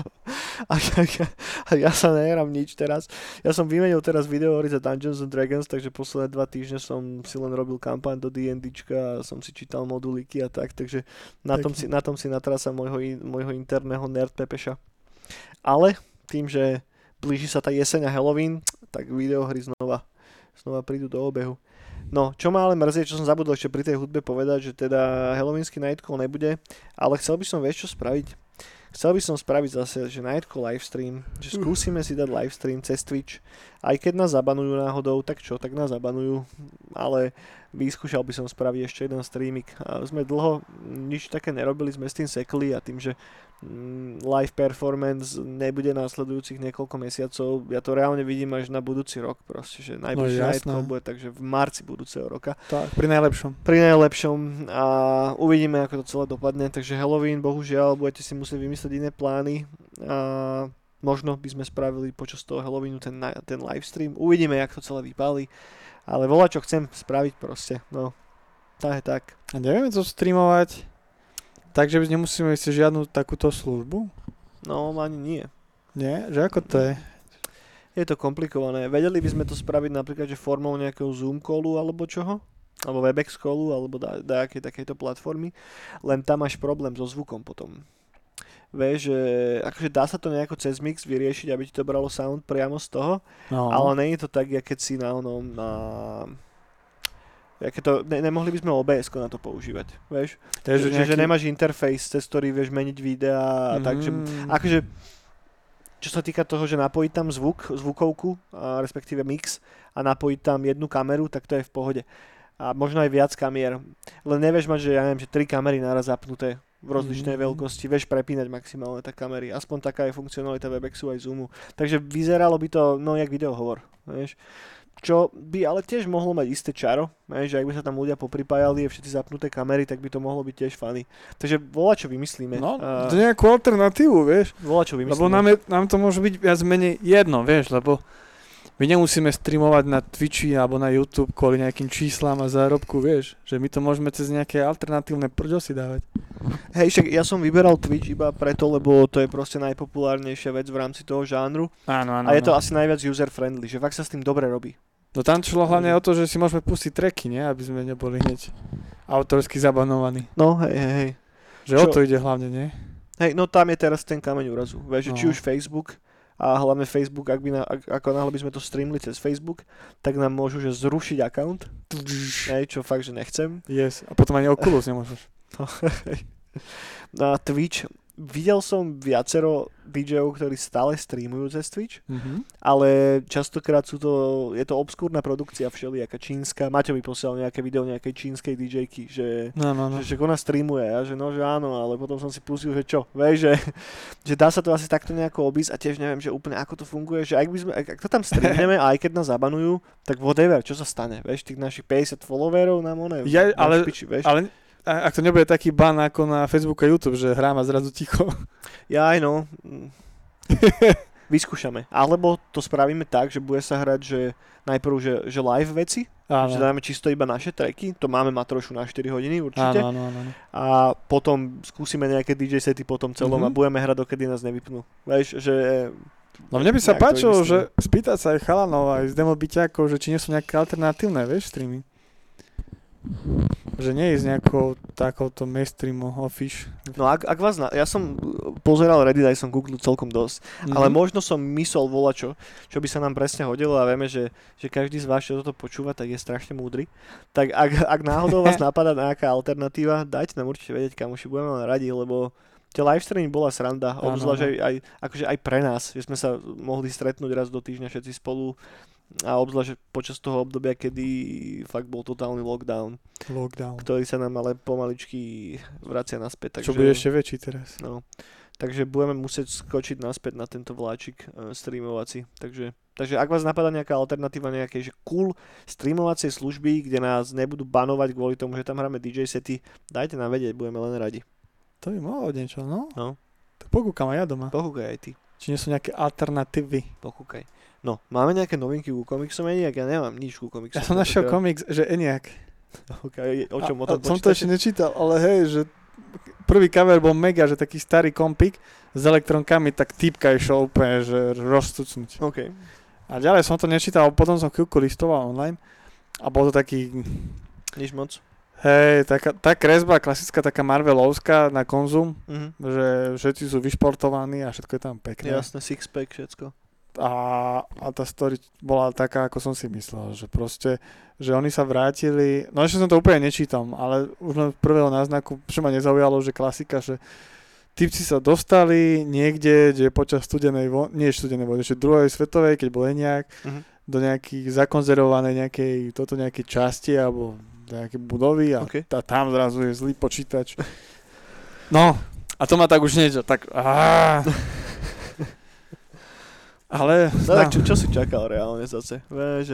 a, ja, a ja sa nehrám nič teraz. Ja som vymenil teraz videohry za Dungeons and Dragons, takže posledné dva týždne som si len robil kampaň do DNDčka a som si čítal modulíky a tak, takže na tom si, na tom si natrasa môjho, môjho interného nerd pepeša. Ale tým, že blíži sa tá jeseň a Halloween, tak videohry znova, znova prídu do obehu. No, čo ma ale mrzí, čo som zabudol ešte pri tej hudbe povedať, že teda Halloweenský Nightcall nebude, ale chcel by som, vieš čo spraviť? Chcel by som spraviť zase, že Nightcall livestream, že skúsime si dať livestream cez Twitch, aj keď nás zabanujú náhodou, tak čo, tak nás zabanujú, ale vyskúšal by som spraviť ešte jeden streamik. A sme dlho nič také nerobili, sme s tým sekli a tým, že mm, live performance nebude následujúcich niekoľko mesiacov, ja to reálne vidím až na budúci rok proste, že najbližšie no, Nightcall bude takže v marci budúceho roka. Tak, pri najlepšom. Pri najlepšom a uvidíme, ako to celé dopadne, takže Halloween, bohužiaľ, budete si musieť vymyslieť iné plány a možno by sme spravili počas toho Halloweenu ten, ten livestream, uvidíme, jak to celé vypáli. Ale volá, čo chcem spraviť proste, no, tak je tak. A nevieme to streamovať, takže nemusíme si žiadnu takúto službu? No, ani nie. Nie? Že ako to je? Je to komplikované. Vedeli by sme to spraviť napríklad, že formou nejakého Zoom callu alebo čoho? Alebo Webex callu, alebo dajakej takejto platformy. Len tam máš problém so zvukom potom. Vieš, že akože dá sa to nejako cez mix vyriešiť, aby ti to bralo sound priamo z toho, no. Ale nie je to tak, jak keď si na onom, na... To, ne, nemohli by sme ó bé esko na to používať, vieš? Takže že, nejaký... že nemáš interface, cez ktorý vieš meniť videá a mm. tak, že akože čo sa týka toho, že napojiť tam zvuk, zvukovku, a respektíve mix a napojiť tam jednu kameru, tak to je v pohode. A možno aj viac kamier. Len nevieš mať, že ja neviem, že tri kamery naraz zapnuté v rozličnej mm. veľkosti, vieš prepínať maximálne tak kamery. Aspoň taká je funkcionalita Webexu aj Zoomu. Takže vyzeralo by to, no jak videohovor, vieš. Čo by ale tiež mohlo mať isté čaro, vieš, že ak by sa tam ľudia popripájali a všetci zapnuté kamery, tak by to mohlo byť tiež funny. Takže volá, čo vymyslíme. No, to je nejakú alternatívu, vieš. Volá, čo vymyslíme. Lebo nám, je, nám to môže byť viac menej jedno, vieš, lebo my nemusíme streamovať na Twitchi alebo na YouTube kvôli nejakým číslam a zárobku, vieš, že my to môžeme cez nejaké alternatívne prďosy dávať. Hej, však ja som vyberal Twitch iba preto, lebo to je proste najpopulárnejšia vec v rámci toho žánru. Áno, áno. A je to áno. asi najviac user-friendly, že fakt sa s tým dobre robí. No tam šlo hlavne o to, že si môžeme pustiť tracky, nie? Aby sme neboli hneď autorsky zabanovaní. No, hej, hej, hej. Že Čo? O to ide hlavne, nie? Hej, no tam je teraz ten kameň úrazu. Vieš, no. Či už Facebook, a hlavne Facebook, ak by na, ak, ako náhle by sme to streamli cez Facebook, tak nám môžu že zrušiť account. Hej, čo fakt, že nechcem. Yes, a potom ani Oculus nemôžeš. No, hej. Na Twitch videl som viacero dí džejov, ktorí stále streamujú cez Twitch, mm-hmm. ale častokrát sú to, je to obskúrna produkcia všelijaká čínska. Maťo mi posielal nejaké video nejakej čínskej dí džejky, že, no, no, no. že, že ona streamuje a že no, že áno, ale potom som si pustil, že čo, vieš, že, že dá sa to asi takto nejako obísť a tiež neviem, že úplne ako to funguje, že ak, by sme, ak, ak to tam streamneme a aj keď nás zabanujú, tak whatever, čo sa stane, vieš, tých našich päťdesiat followerov nám one, ja, ale, špiči, vieš. Ale... Ak to nebude taký ban ako na Facebook a YouTube, že hrá ma zrazu ticho. Ja aj no. Vyskúšame. Alebo to spravíme tak, že bude sa hrať, že najprv, že, že live veci, áno. Že dáme čisto iba naše tracky, to máme Matrošu na štyri hodiny určite. Áno, áno, áno. A potom skúsime nejaké dí džej sety potom celom mm-hmm. a budeme hrať, dokedy nás nevypnú. Vieš, že... No mne by sa páčilo, že spýtať sa aj chalanov, aj z demo byťákov, že či nie sú nejaké alternatívne, vieš, streamy. Že nie je z nejakou takouto mainstreamu office. No ak, ak vás, na, ja som pozeral Reddit, aj som googlil celkom dosť, mm-hmm. ale možno som myslel volačo, čo by sa nám presne hodilo a vieme, že, že každý z vás, čo toto počúva, tak je strašne múdry. Tak ak, ak náhodou vás napadá nejaká alternatíva, dajte nám určite vedieť, kamoši, budeme len radi, lebo tie livestreamy bola sranda, obzvlášť aj, aj, akože aj pre nás, že sme sa mohli stretnúť raz do týždňa všetci spolu. A obzvlášť počas toho obdobia, kedy fakt bol totálny lockdown, lockdown. ktorý sa nám ale pomaličky vracia naspäť. Takže, čo bude ešte väčší teraz. No, takže budeme musieť skočiť naspäť na tento vláčik uh, streamovací. Takže, takže ak vás napadá nejaká alternatíva nejakej že cool streamovacie služby, kde nás nebudú banovať kvôli tomu, že tam hráme dí džej sety, dajte nám vedieť, budeme len radi. To by mohlo niečo, no? No. Tak pokúkam aj ja doma. Pokúkaj aj ty. Či nie sú nejaké alternatívy. Pokúkaj. No, máme nejaké novinky ku komiksom ENIAC? Ja nemám nič ku komiksom. Ja som našiel komiks, že ENIAC. Okay, o čom o tom počítate? Som to ešte nečítal, ale hej, že prvý cover bol mega, že taký starý kompik s elektronkami, tak týpka išiel úplne, že roztucnúť. Okay. A ďalej som to nečítal, potom som chvíľku listoval online a bol to taký... Nič moc. Hej, taká, tá kresba, klasická taká Marvelovská na konzum, mm-hmm. že všetci sú vyšportovaní a všetko je tam pekné. Jasné, six-pack, všetko. A, a tá story bola taká, ako som si myslel, že proste, že oni sa vrátili, no ešte som to úplne nečítam, ale už len prvého náznaku, čo ma nezaujalo, že klasika, že typci sa dostali niekde, kde počas studenej vojny, nie studenej vojny, ešte druhej svetovej, keď bol ENIAC, uh-huh. do nejakých zakonzervovanej nejakej, toto nejakej časti, alebo nejaké budovy a okay. tá, tam zrazu je zlý počítač. No, a to ma tak už niečo, tak áááá. Ale... No, tak čo, čo si čakal reálne zase? Že...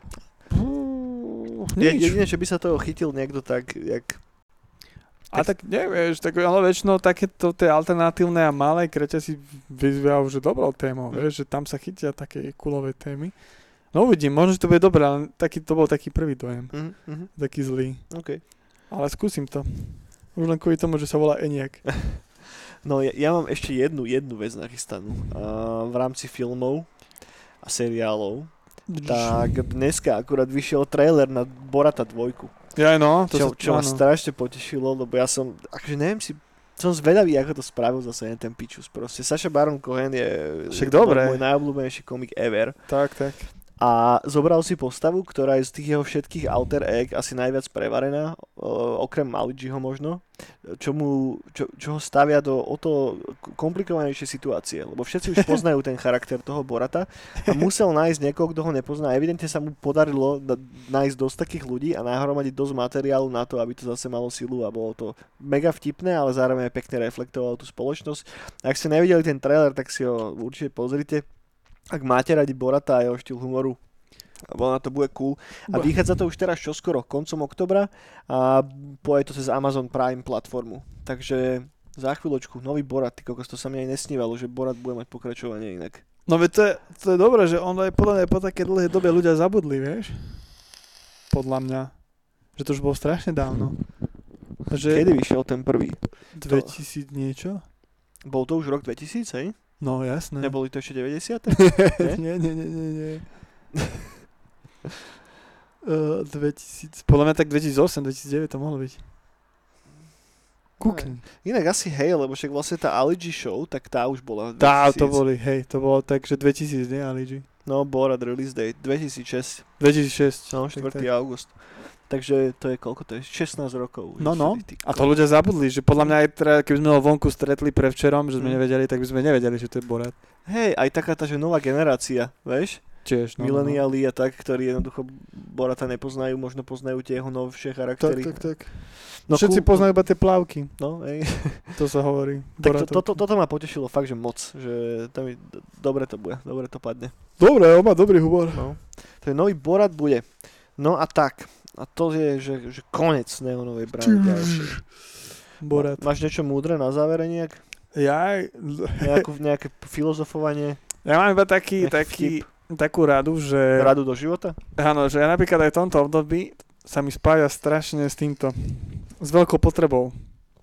Nič. Jedine, že by sa toho chytil niekto tak, jak... A tak nevieš, tak, ale väčšinou takéto tie alternatívne a malé kreťa si vyzviajú, že dobrou témou, mm. vieš, že tam sa chytia také kulové témy. No uvidím, možno, že to bude dobré, ale taký, to bol taký prvý dojem. Mm-hmm. Taký zlý. Okay. Ale skúsim to. Už len kvôli tomu, že sa volá ENIAC. No ja, ja mám ešte jednu, jednu vec nachystanú. Uh, v rámci filmov a seriálov. Tak dneska akurát vyšiel trailer na Borata dvojku. Ja no, to čo, sa, čo ma strašne potešilo, lebo ja som, akože neviem si, som zvedavý, ako to spravil zase ten pičus. Proste Sacha Baron Cohen je, je môj najobľúbenejší komik ever. Tak, tak. A zobral si postavu, ktorá je z tých jeho všetkých alter egg asi najviac prevarená, uh, okrem Malijiho možno, čo, mu, čo, čo ho stavia do o to komplikovanejšie situácie, lebo všetci už poznajú ten charakter toho Borata a musel nájsť niekoho, kto ho nepozná. Evidentne sa mu podarilo da, nájsť dosť takých ľudí a nahromadiť dosť materiálu na to, aby to zase malo silu a bolo to mega vtipné, ale zároveň aj pekne reflektovalo tú spoločnosť. Ak ste nevideli ten trailer, tak si ho určite pozrite. Ak máte radi Borata a jeho štýl humoru, lebo na to bude cool. A vychádza to už teraz čoskoro, koncom oktobra a pôjde to cez Amazon Prime platformu. Takže za chvíľočku, nový Borat, ty kokos, to sa mi aj nesnívalo, že Borat bude mať pokračovanie inak. No veď to je, to je dobré, že on aj podľa mňa po také dlhej dobe ľudia zabudli, vieš? Podľa mňa. Že to už bolo strašne dávno. Že... Kedy vyšiel ten prvý? dvetisíc niečo? Bol to už rok dvetisíc, hej? No jasné. Neboli to ešte deväťdesiate? nie, nie, nie, nie, nie. Uh, dvetisíc, podľa mňa tak dvetisícosem, dvetisícdeväť to mohlo byť. Kúkni. Inak asi hej, lebo však vlastne tá Ali G show, tak tá už bola Tá, to boli, hej, to bolo tak, že dvetisíc, nie Ali G? No, Borat release date, dvetisícšesť. dvetisícšesť. No, štvrtého augusta. Takže to je koľko to je? šestnásť rokov. No, no. A to ľudia zabudli, že podľa mňa aj teda, keby sme ho vonku stretli prevčerom, že sme mm. nevedeli, tak by sme nevedeli, že to je Borat. Hej, aj taká tá, že nová generácia, vieš? Tiež, no, mileniali no. a tak, ktorí jednoducho Borata nepoznajú, možno poznajú tie jeho novšie charaktery. Tak, tak, tak. No, všetci kú... poznajú iba tie plávky. No, ej. To sa hovorí. Tak to, to, to, toto ma potešilo fakt, že moc. Že to mi, dobre to bude, dobre to padne. Dobre, on má dobrý humor. No. To je nový Borat bude. No a tak. A to je, že, že konec neonovej brány ďalšie. Borat. Máš niečo múdre na závere nejak? Ja... Nejakú, nejaké filozofovanie? Ja mám iba taký, taký, takú radu, že... Radu do života? Áno, že ja napríklad aj v tomto období sa mi spája strašne s týmto, s veľkou potrebou.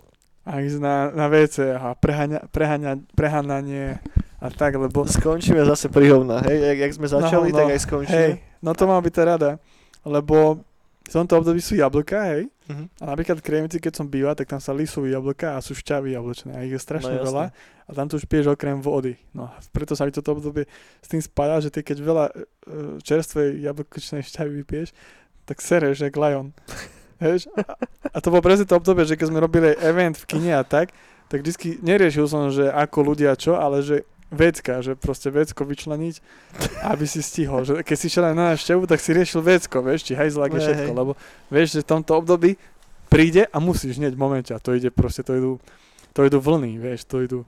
A ísť na, na vé cé a preháňa, preháňa, preháňanie a tak, lebo... Skončíme zase pri hovnách, hej? Jak, jak sme začali, no, no, tak aj skončíme. Hej, no to má byť tá rada, lebo v tomto období sú jablka, hej? Uh-huh. A napríklad v Kriemici, keď som býval, tak tam sa lisujú jablka a sú šťavy jablčné. A ich je strašne no, veľa. A tam tu už piješ okrem vody. No a preto sa mi toto obdobie s tým spája, že ty keď veľa uh, čerstvej jablkočnej šťavy vypiješ, tak sereš, jak Lion. Hej? A, a to bolo presne to obdobie, že keď sme robili event v kine a tak, tak vždycky neriešil som, že ako ľudia čo, ale že vecka, že proste vecko vyčleniť, aby si stihol. Že keď si šiel na návštevu, tak si riešil vecko, vieš, či hajzlak je všetko, lebo vieš, že v tomto období príde a musíš hneď v momente a to ide proste, to idú, to idú vlny, vieš, to idú,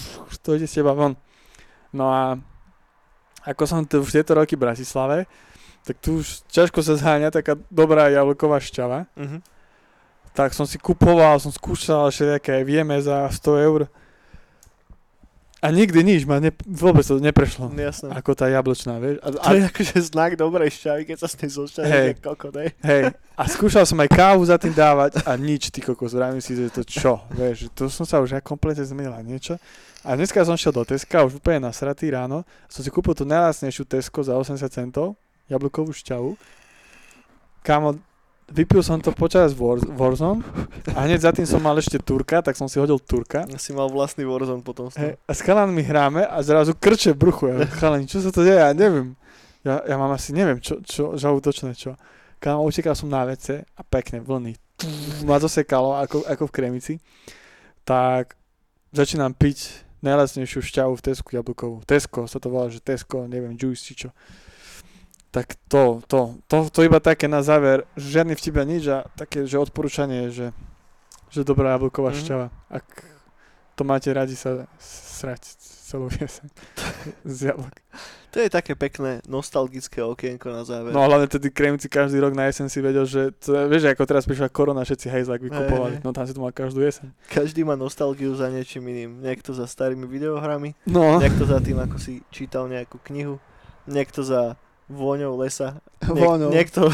to ide z teba von. No a ako som tu už tieto roky v Bratislave, tak tu už ťažko sa zháňa taká dobrá jablková šťava. Uh-huh. Tak som si kupoval, som skúšal všelijaké, vieme za sto eur. A nikdy nič, ma ne, vôbec to neprešlo. Jasné. Ako tá jablčná, vieš. A, to a, je akože znak dobrej šťavy, keď sa s tým zošťaví, hey, kokot, hej. Hej, a skúšal som aj kávu za tým dávať a nič, ty kokos, vravím si, že to čo, vieš, to som sa už ja kompletne zmenila niečo. A dneska som šiel do Teska, už úplne nasratý ráno, som si kúpil tú najlacnejšiu Tesco za osemdesiat centov, jablkovú šťavu. Kámo, vypil som to počas War, Warzone a hneď za tým som mal ešte Turka, tak som si hodil Turka. Ja si mal vlastný Warzone potom. Hey, a s chalanmi hráme a zrazu krče v bruchu. Ja, chalani, čo sa to deje? Ja neviem. Ja, ja mám asi, neviem, čo, čo, žalúdočné, čo. Kámo, utekal som na vé cé a pekne, vlny. Ma zosekalo, ako, ako v Kremici. Tak začínam piť najlacnejšiu šťavu v Tesku jablkovú. Tesco sa to volá, že Tesco, neviem, Juice či čo. Tak to, to, to, to iba také na záver, žiadny vtip a nič a také, že odporúčanie, že, že dobrá jablková mm-hmm. šťava. Ak to máte radi sa srať celú jeseň z jablok. To je také pekné, nostalgické okienko na záver. No hlavne tedy Kremci každý rok na jeseň si vedel, že to, vieš, ako teraz prišla korona, všetci hejzlak vykupovali, hey, no tam si to mal každú jeseň. Každý má nostalgiu za niečím iným. Niekto za starými videohrami, no. Niekto za tým, ako si čítal nejakú knihu, niekto za vôňou lesa. Niek- niekto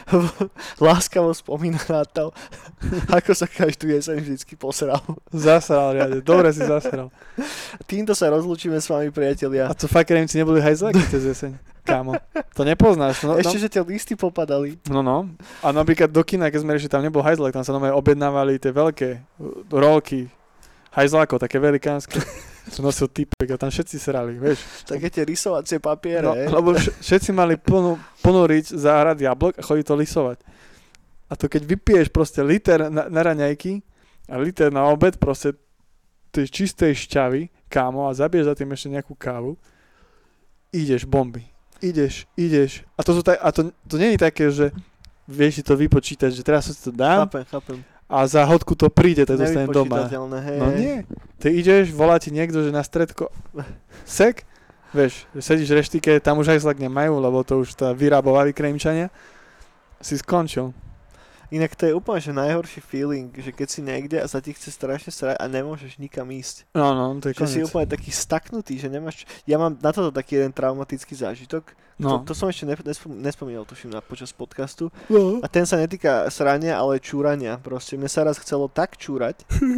láskavo spomína na to, ako sa každú jeseň vždycky posral. Zasral, riadne. Dobre si zasral. Týmto sa rozlúčime s vami, priatelia. A to fakt Kremci neboli hajzláky cez jeseň? Kámo, to nepoznáš. No, Ešte, no. že tie listy popadali. No, no. A napríklad do kina, keď sme riešili, tam nebol hajzlák, tam sa normálne objednávali tie veľké rolky hajzlákov, také velikánske. Čo nosil typek a tam všetci srali, vieš. Také tie rysovacie papiere. No, lebo všetci mali plnú, plnúriť záhrad jablok a chodí to lisovať. A to keď vypiješ proste liter na, na raňajky a liter na obed proste tej čistej šťavy, kámo, a zabiješ za tým ešte nejakú kávu, ideš bomby. Ideš, ideš. A to, sú taj, a to, to nie je také, že vieš si to vypočítať, že teraz sa si to dám. Chápem, chápem. A za hodku to príde, tak zostane doma. Hej, no nie. Ty ideš, volá ti niekto, že na stredko sek, vieš, sedíš v reštike, tam už hajzlak nemajú, lebo to už tá vyrábovali Kremčania, si skončil. Inak to je úplne že najhorší feeling, že keď si niekde a sa ti chce strašne srať a nemôžeš nikam ísť. No, no, to je koniec. Že si úplne taký staknutý, že nemáš... Ja mám na toto taký jeden traumatický zážitok. No. To, to som ešte nespom- nespomínal, tuším, na, počas podcastu. No. A ten sa netýka srania, ale čúrania. Proste mne sa raz chcelo tak čúrať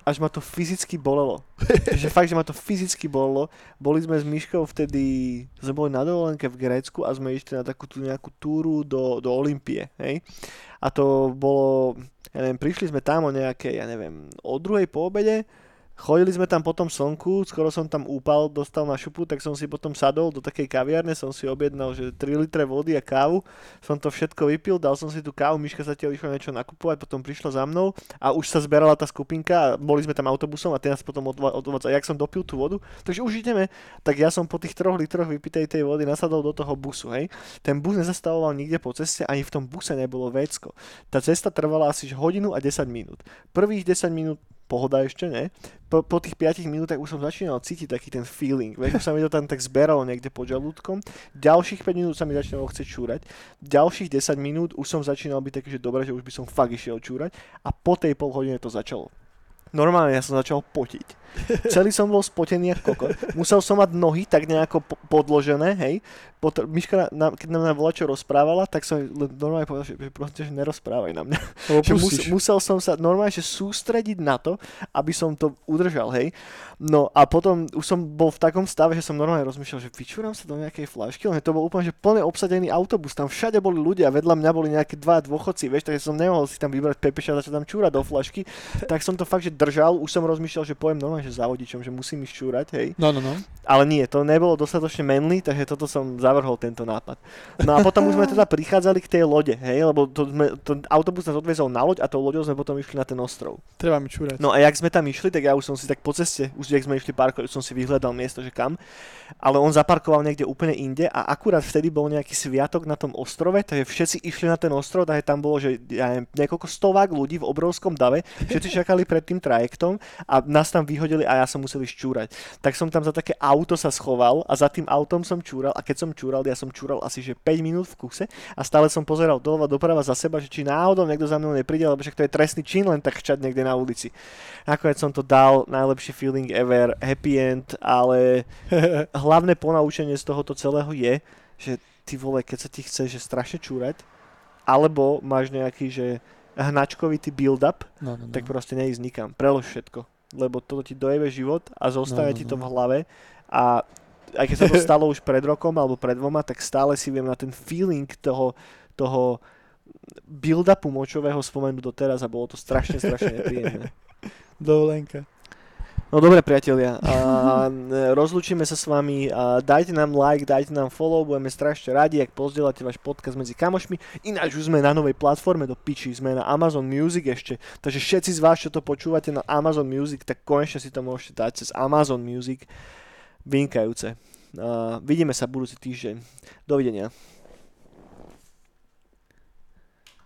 až ma to fyzicky bolelo. že fakt, že ma to fyzicky bolelo. Boli sme s Myškou vtedy, sme boli na dovolenke v Grécku a sme išli na takú tú nejakú túru do, do Olympie, hej. A to bolo, ja neviem, prišli sme tam o nejaké, ja neviem, o druhej po obede, chodili sme tam po tom slnku, skoro som tam úpal, dostal na šupu, tak som si potom sadol do takej kaviarne, som si objednal, že tri litre vody a kávu, som to všetko vypil, dal som si tú kávu, Myška sa tiež išla niečo nakupovať, potom prišla za mnou a už sa zberala tá skupinka, boli sme tam autobusom a ten nás potom odvádzal, jak som dopil tú vodu, takže už ideme, tak ja som po tých troch litroch vypitej tej vody nasadol do toho busu, hej. Ten bus nezastavoval nikde po ceste, ani v tom buse nebolo vécko. Tá cesta trvala asi hodinu a desať minút. Prvých desať minút pohoda ešte, ne? Po, po tých piatich minútach už som začínal cítiť taký ten feeling, vieš, už sa mi to tam tak zberalo niekde pod žalúdkom. Ďalších päť minút sa mi začínalo chcieť čúrať. Ďalších desať minút už som začínal byť taký, že dobre, že už by som fakt išiel čúrať a po tej pol hodine to začalo. Normálne ja som začal potiť. Celý som bol spotený ako kokot. Musel som mať nohy tak nejako po- podložené, hej. Potr- Myška, na, keď na mňa volečo rozprávala, tak som normálne povedal, že, že proste, že nerozprávaj na mňa. Že mus- musel som sa normálne že sústrediť na to, aby som to udržal, hej. No a potom už som bol v takom stave, že som normálne rozmýšľal, že vyčúram sa do nejakej fľašky, len to bol úplne že plne obsadený autobus, tam všade boli ľudia, vedľa mňa boli nejaké dva dôchodci, vieš, takže som nemohol si tam vybrať pepeša a začať tam čúrať do fľašky, tak som to fakt že držal, už som rozmýšľal, že pojem normálne že za vodičom, že musím ísť čúrať, hej. No, no, no. Ale nie, to nebolo dostatočne manly, takže toto som zavrhol tento nápad. No a potom už sme teda prichádzali k tej lode, hej, lebo to sme, to autobus nás odviezol na loď a tou loďou sme potom išli na ten ostrov. Treba mi čúrať. No a jak sme tam išli, tak ja už som si tak po ceste, už jak sme išli parkovať, už som si vyhľadal miesto, že kam. Ale on zaparkoval niekde úplne inde a akurát vtedy bol nejaký sviatok na tom ostrove, takže všetci išli na ten ostrov, takže tam bolo, že ja neviem, niekoľko stovák ľudí v obrovskom dave, všetci čakali pred tým trajektom a nás tam vyhodili a ja som musel ísť čúrať. Tak som tam za také auto sa schoval a za tým autom som čúral a keď som čúral, ja som čúral asi že päť minút v kuse a stále som pozeral doľava doprava za seba, že či náhodou niekto za mnou nepríde, lebo však to je trestný čin len tak chčať niekde na ulici. Nakoniec som to dal, najlepší feeling ever, happy end, ale hlavné ponaučenie z tohoto celého je, že ty vole, keď sa ti chce, že strašne čúrať, alebo máš nejaký, že hnačkovitý build-up, no, no, no. tak proste neísť nikam. Prelož všetko, lebo toto ti dojebe život a zostane no, no, ti to no. v hlave a aj keď sa to stalo už pred rokom alebo pred dvoma, tak stále si viem na ten feeling toho, toho build-upu močového spomenúť doteraz a bolo to strašne, strašne nepríjemné. Dovolenka. No dobre priatelia, a rozlúčime sa s vami, a dajte nám like, dajte nám follow, budeme strašne radi, ak pozdieľate váš podcast medzi kamošmi, ináč už sme na novej platforme do piči, sme na Amazon Music ešte, takže všetci z vás, čo to počúvate na Amazon Music, tak konečne si to môžete dať cez Amazon Music, vynikajúce. A vidíme sa budúci týždeň, dovidenia.